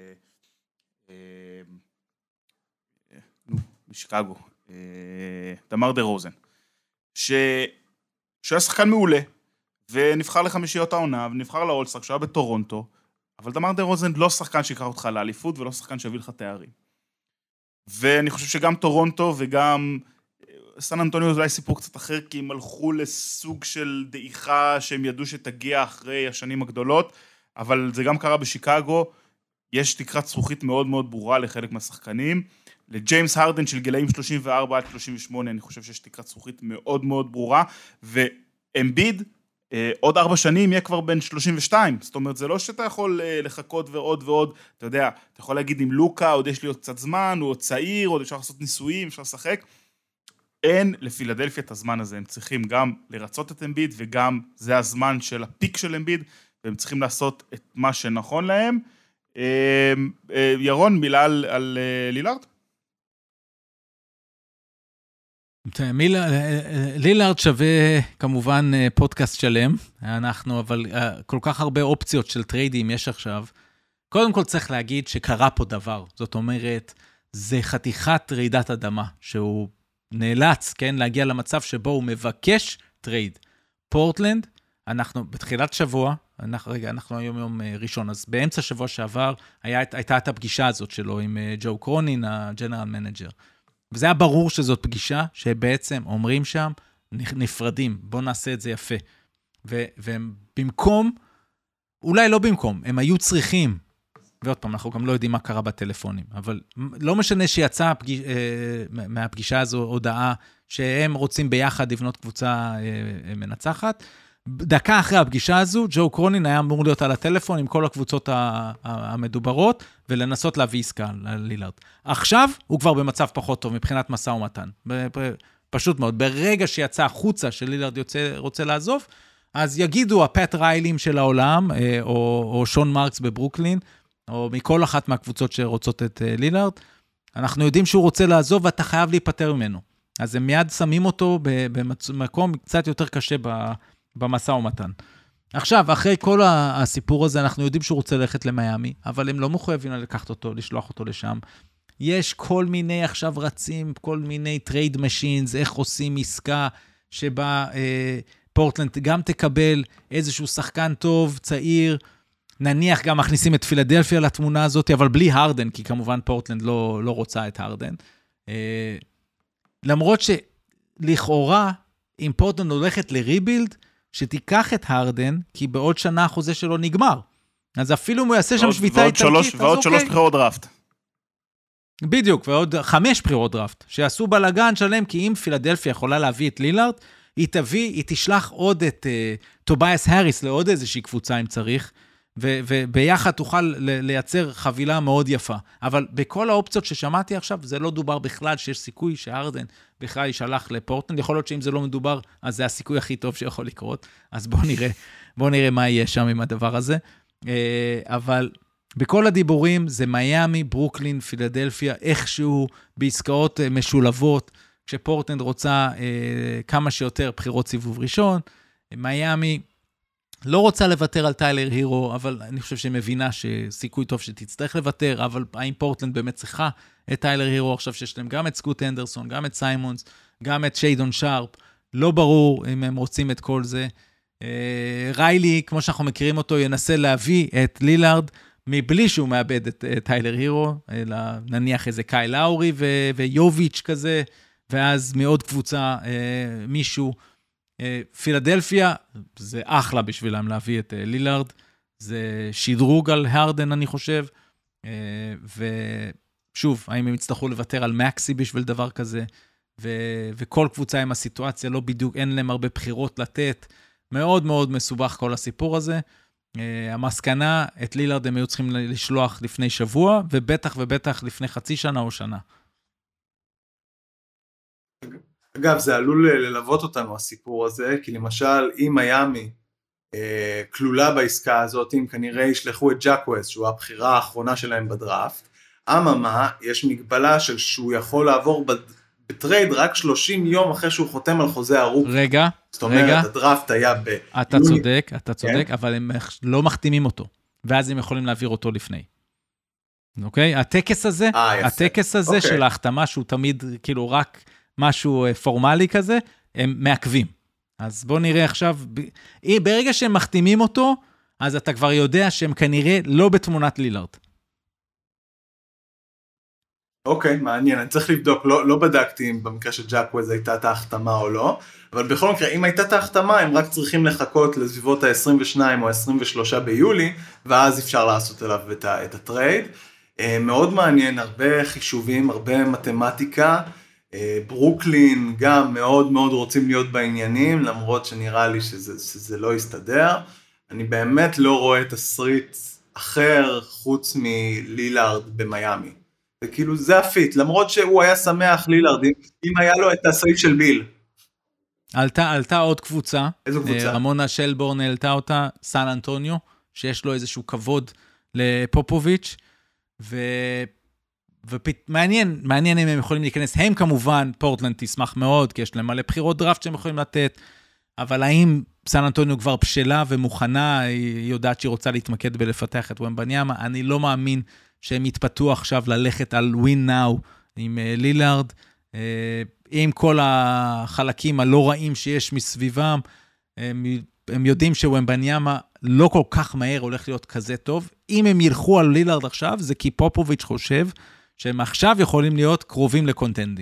נו, בשיקגו, דמר דה רוזן, שהיה שחקן מעולה, ונבחר לחמישיות העונה, ונבחר לאולסטאר, כשהיה בטורונטו, אבל דמר דה רוזן לא שחקן שיקח אותך לאליפות, ולא שחקן שהביא לך תארים. ואני חושב שגם טורונטו וגם סן אנטוניו זה אולי סיפור קצת אחר, כי הם הלכו לסוג של דעיכה שהם ידעו שתגיע אחרי השנים הגדולות, אבל זה גם קרה בשיקגו, יש תקרת זכוכית מאוד מאוד ברורה לחלק מהשחקנים. לג'יימס הרדן של גילאים שלושים וארבע עד שלושים ושמונה, אני חושב שיש תקרת זכוכית מאוד מאוד ברורה, ואמביד, עוד ארבע שנים יהיה כבר בין שלושים ושתיים, זאת אומרת, זה לא שאתה יכול לחכות ועוד ועוד, אתה יודע, אתה יכול להגיד עם לוקה, עוד יש לי עוד קצת זמן, הוא עוד צעיר, עוד אפשר לעשות ניסויים, אפשר לשחק, אין לפילדלפיה את הזמן הזה, הם צריכים גם לרצות את אמביד, וגם זה הזמן של הפיק של אמביד, והם צריכים לעשות את מה שנכון להם. ירון, מילה על, על לילארד? לילארד שווה כמובן פודקאסט שלם, אנחנו אבל כל כך הרבה אופציות של טריידים יש עכשיו. קודם כל צריך להגיד שקרה פה דבר, זאת אומרת, זה חתיכת רעידת אדמה, שהוא נאלץ, כן, להגיע למצב שבו הוא מבקש טרייד. פורטלנד, אנחנו בתחילת שבוע, אנחנו, רגע, אנחנו היום יום ראשון, אז באמצע שבוע שעבר היה, הייתה את הפגישה הזאת שלו עם ג'ו קרונין, הג'נרל מנג'ר. וזה היה ברור שזאת פגישה שבעצם אומרים שם, נפרדים, בוא נעשה את זה יפה. ו- והם במקום, אולי לא במקום, הם היו צריכים, ועוד פעם, אנחנו גם לא יודעים מה קרה בטלפונים, אבל לא משנה שיצאה הפגיש, מהפגישה הזו הודעה שהם רוצים ביחד לבנות קבוצה מנצחת. דקה אחרי הפגישה הזו, ג'ו קרונין היה אמור להיות על הטלפון עם כל הקבוצות המדוברות, ולנסות להביא עסקה ללילארד. עכשיו הוא כבר במצב פחות טוב מבחינת מסע ומתן. פשוט מאוד, ברגע שיצא החוצה שלילארד יוצא, רוצה לעזוב, אז יגידו הפט ריילים של העולם, או, או שון מרקס בברוקלין, או מכל אחת מהקבוצות שרוצות את לילארד, אנחנו יודעים שהוא רוצה לעזוב, ואתה חייב להיפטר ממנו. אז הם מיד שמים אותו במקום קצת יותר קשה במסע ומתן. עכשיו, אחרי כל הסיפור הזה, אנחנו יודעים שהוא רוצה ללכת למיימי, אבל הם לא מחויבים לקחת אותו, לשלוח אותו לשם. יש כל מיני עכשיו רצים, כל מיני טרייד משינס, איך עושים עסקה שבה אה, פורטלנד גם תקבל איזשהו שחקן טוב, צעיר, נניח גם מכניסים את פילדלפיה לתמונה הזאת, אבל בלי הרדן, כי כמובן פורטלנד לא, לא רוצה את הרדן. אה, למרות שלכאורה, אם פורטלנד הולכת לריבילד, שתיקח את הרדן, כי בעוד שנה החוזה שלו נגמר. אז אפילו אם הוא יעשה שם שביתה איטלקית, אז אוקיי. ועוד שלוש בחירות דראפט. בדיוק, ועוד חמש בחירות דראפט, שיעשו בלגן שלם, כי אם פילדלפיה יכולה להביא את לילארד, היא תביא, היא תשלח עוד את uh, טובייס האריס לעוד איזושהי קבוצה אם צריך, ו- וביחד תוכל לייצר חבילה מאוד יפה. אבל בכל האופציות ששמעתי עכשיו, זה לא דובר בכלל שיש סיכוי שהרדן בכלל יישלח לפורטלנד. יכול להיות שאם זה לא מדובר, אז זה הסיכוי הכי טוב שיכול לקרות. אז בואו נראה, בואו נראה מה יהיה שם עם הדבר הזה. אבל בכל הדיבורים זה מיימי, ברוקלין, פילדלפיה, איכשהו בעסקאות משולבות, כשפורטלנד רוצה כמה שיותר בחירות סיבוב ראשון. מיימי לא רוצה לוותר על טיילר הירו, אבל אני חושב שמבינה שסיכוי טוב שתצטרך לוותר, אבל האם פורטלנד באמת צריכה את טיילר הירו, עכשיו שיש להם גם את סקוט אנדרסון, גם את סיימונס, גם את שיידון שרפ, לא ברור אם הם רוצים את כל זה. ריילי, כמו שאנחנו מכירים אותו, ינסה להביא את לילארד, מבלי שהוא מאבד את טיילר הירו, אלא נניח איזה קאי לאורי ו- ויוביץ' כזה, ואז מעוד קבוצה מישהו, פילדלפיה, זה אחלה בשבילם להביא את לילארד, זה שדרוג על הרדן אני חושב, ושוב, האם הם יצטרכו לוותר על מקסי בשביל דבר כזה, ו- וכל קבוצה עם הסיטואציה, לא בדיוק, אין להם הרבה בחירות לתת, מאוד מאוד מסובך כל הסיפור הזה, המסקנה, את לילארד הם היו צריכים לשלוח לפני שבוע, ובטח ובטח לפני חצי שנה או שנה. אגב, זה עלול ללוות אותנו, הסיפור הזה, כי למשל, אם מיימי כלולה בעסקה הזאת, אם כנראה ישלחו את ג'קווייז, שהוא הבחירה האחרונה שלהם בדראפט, אממה, יש מגבלה של שהוא יכול לעבור בטרייד רק שלושים יום אחרי שהוא חותם על חוזה ארוך. רגע, זאת אומרת, רגע. הדראפט היה ב... אתה צודק, אתה צודק, כן? אבל הם לא מחתימים אותו, ואז הם יכולים להעביר אותו לפני. אוקיי? הטקס הזה, 아, הטקס הזה אוקיי. של ההחתמה, שהוא תמיד כאילו רק משהו פורמלי כזה, הם מעכבים. אז בוא נראה עכשיו, ברגע שהם מחתימים אותו, אז אתה כבר יודע שהם כנראה לא בתמונת לילארד. אוקיי, מעניין, אני צריך לבדוק, לא, לא בדקתי אם במקרה של ג'קווייז הייתה את ההחתמה או לא, אבל בכל מקרה, אם הייתה את ההחתמה, הם רק צריכים לחכות לסביבות ה-עשרים ושניים או ה-עשרים ושלושה ביולי, ואז אפשר לעשות אליו את, את הטרייד. מאוד מעניין, הרבה חישובים, הרבה מתמטיקה, ברוקלין גם מאוד מאוד רוצים להיות בעניינים, למרות שנראה לי שזה, שזה לא יסתדר. אני באמת לא רואה תסריט אחר חוץ מלילארד במיימי. וכאילו זה הפיט, למרות שהוא היה שמח לילארד, אם היה לו את הסעיף של ביל. עלתה, עלתה עוד קבוצה. איזו קבוצה? רמונה שלבורן העלתה אותה, סן אנטוניו, שיש לו איזשהו כבוד לפופוביץ', ו... ומעניין, מעניין אם הם יכולים להיכנס. הם כמובן, פורטלנד תשמח מאוד, כי יש להם מלא בחירות דראפט שהם יכולים לתת, אבל האם סן אנטוניו כבר בשלה ומוכנה, היא יודעת שהיא רוצה להתמקד בלפתח את ומבניאמה, אני לא מאמין שהם יתפתו עכשיו ללכת על win now עם לילארד, עם כל החלקים הלא רעים שיש מסביבם, הם, הם יודעים שוומבניאמה לא כל כך מהר הולך להיות כזה טוב. אם הם ילכו על לילארד עכשיו, זה כי פופוביץ' חושב שהם עכשיו יכולים להיות קרובים לקונטנדינג.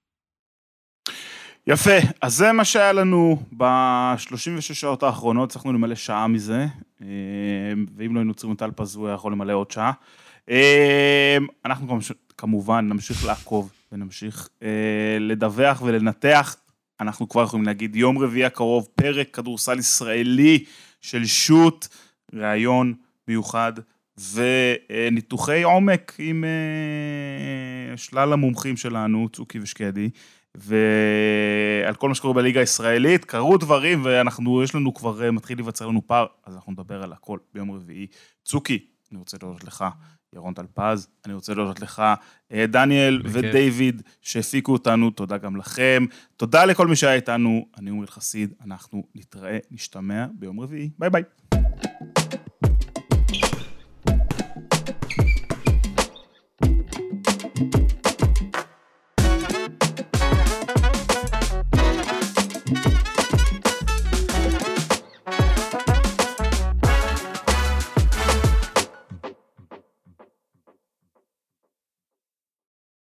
יפה, אז זה מה שהיה לנו ב-שלושים ושש שעות האחרונות, צריכנו למלא שעה מזה, ואם לא היינו צריכים את אלפז, הוא יכול למלא עוד שעה. אנחנו כמובן נמשיך לעקוב ונמשיך לדווח ולנתח. אנחנו כבר יכולים להגיד יום רביעי הקרוב, פרק כדורסל ישראלי של שוט, ראיון מיוחד וניתוחי עומק עם שלל המומחים שלנו, צוקי ושקדי, ועל כל מה שקורה בליגה הישראלית, קרו דברים ואנחנו, יש לנו כבר מתחיל להיווצר לנו פער, אז אנחנו נדבר על הכל ביום רביעי. צוקי, אני רוצה להודות לך, ירון טלפז, אני רוצה להודות לך, דניאל ודייוויד שהפיקו אותנו, תודה גם לכם, תודה לכל מי שהיה איתנו, אני אומר חסיד, אנחנו נתראה, נשתמע ביום רביעי, ביי ביי.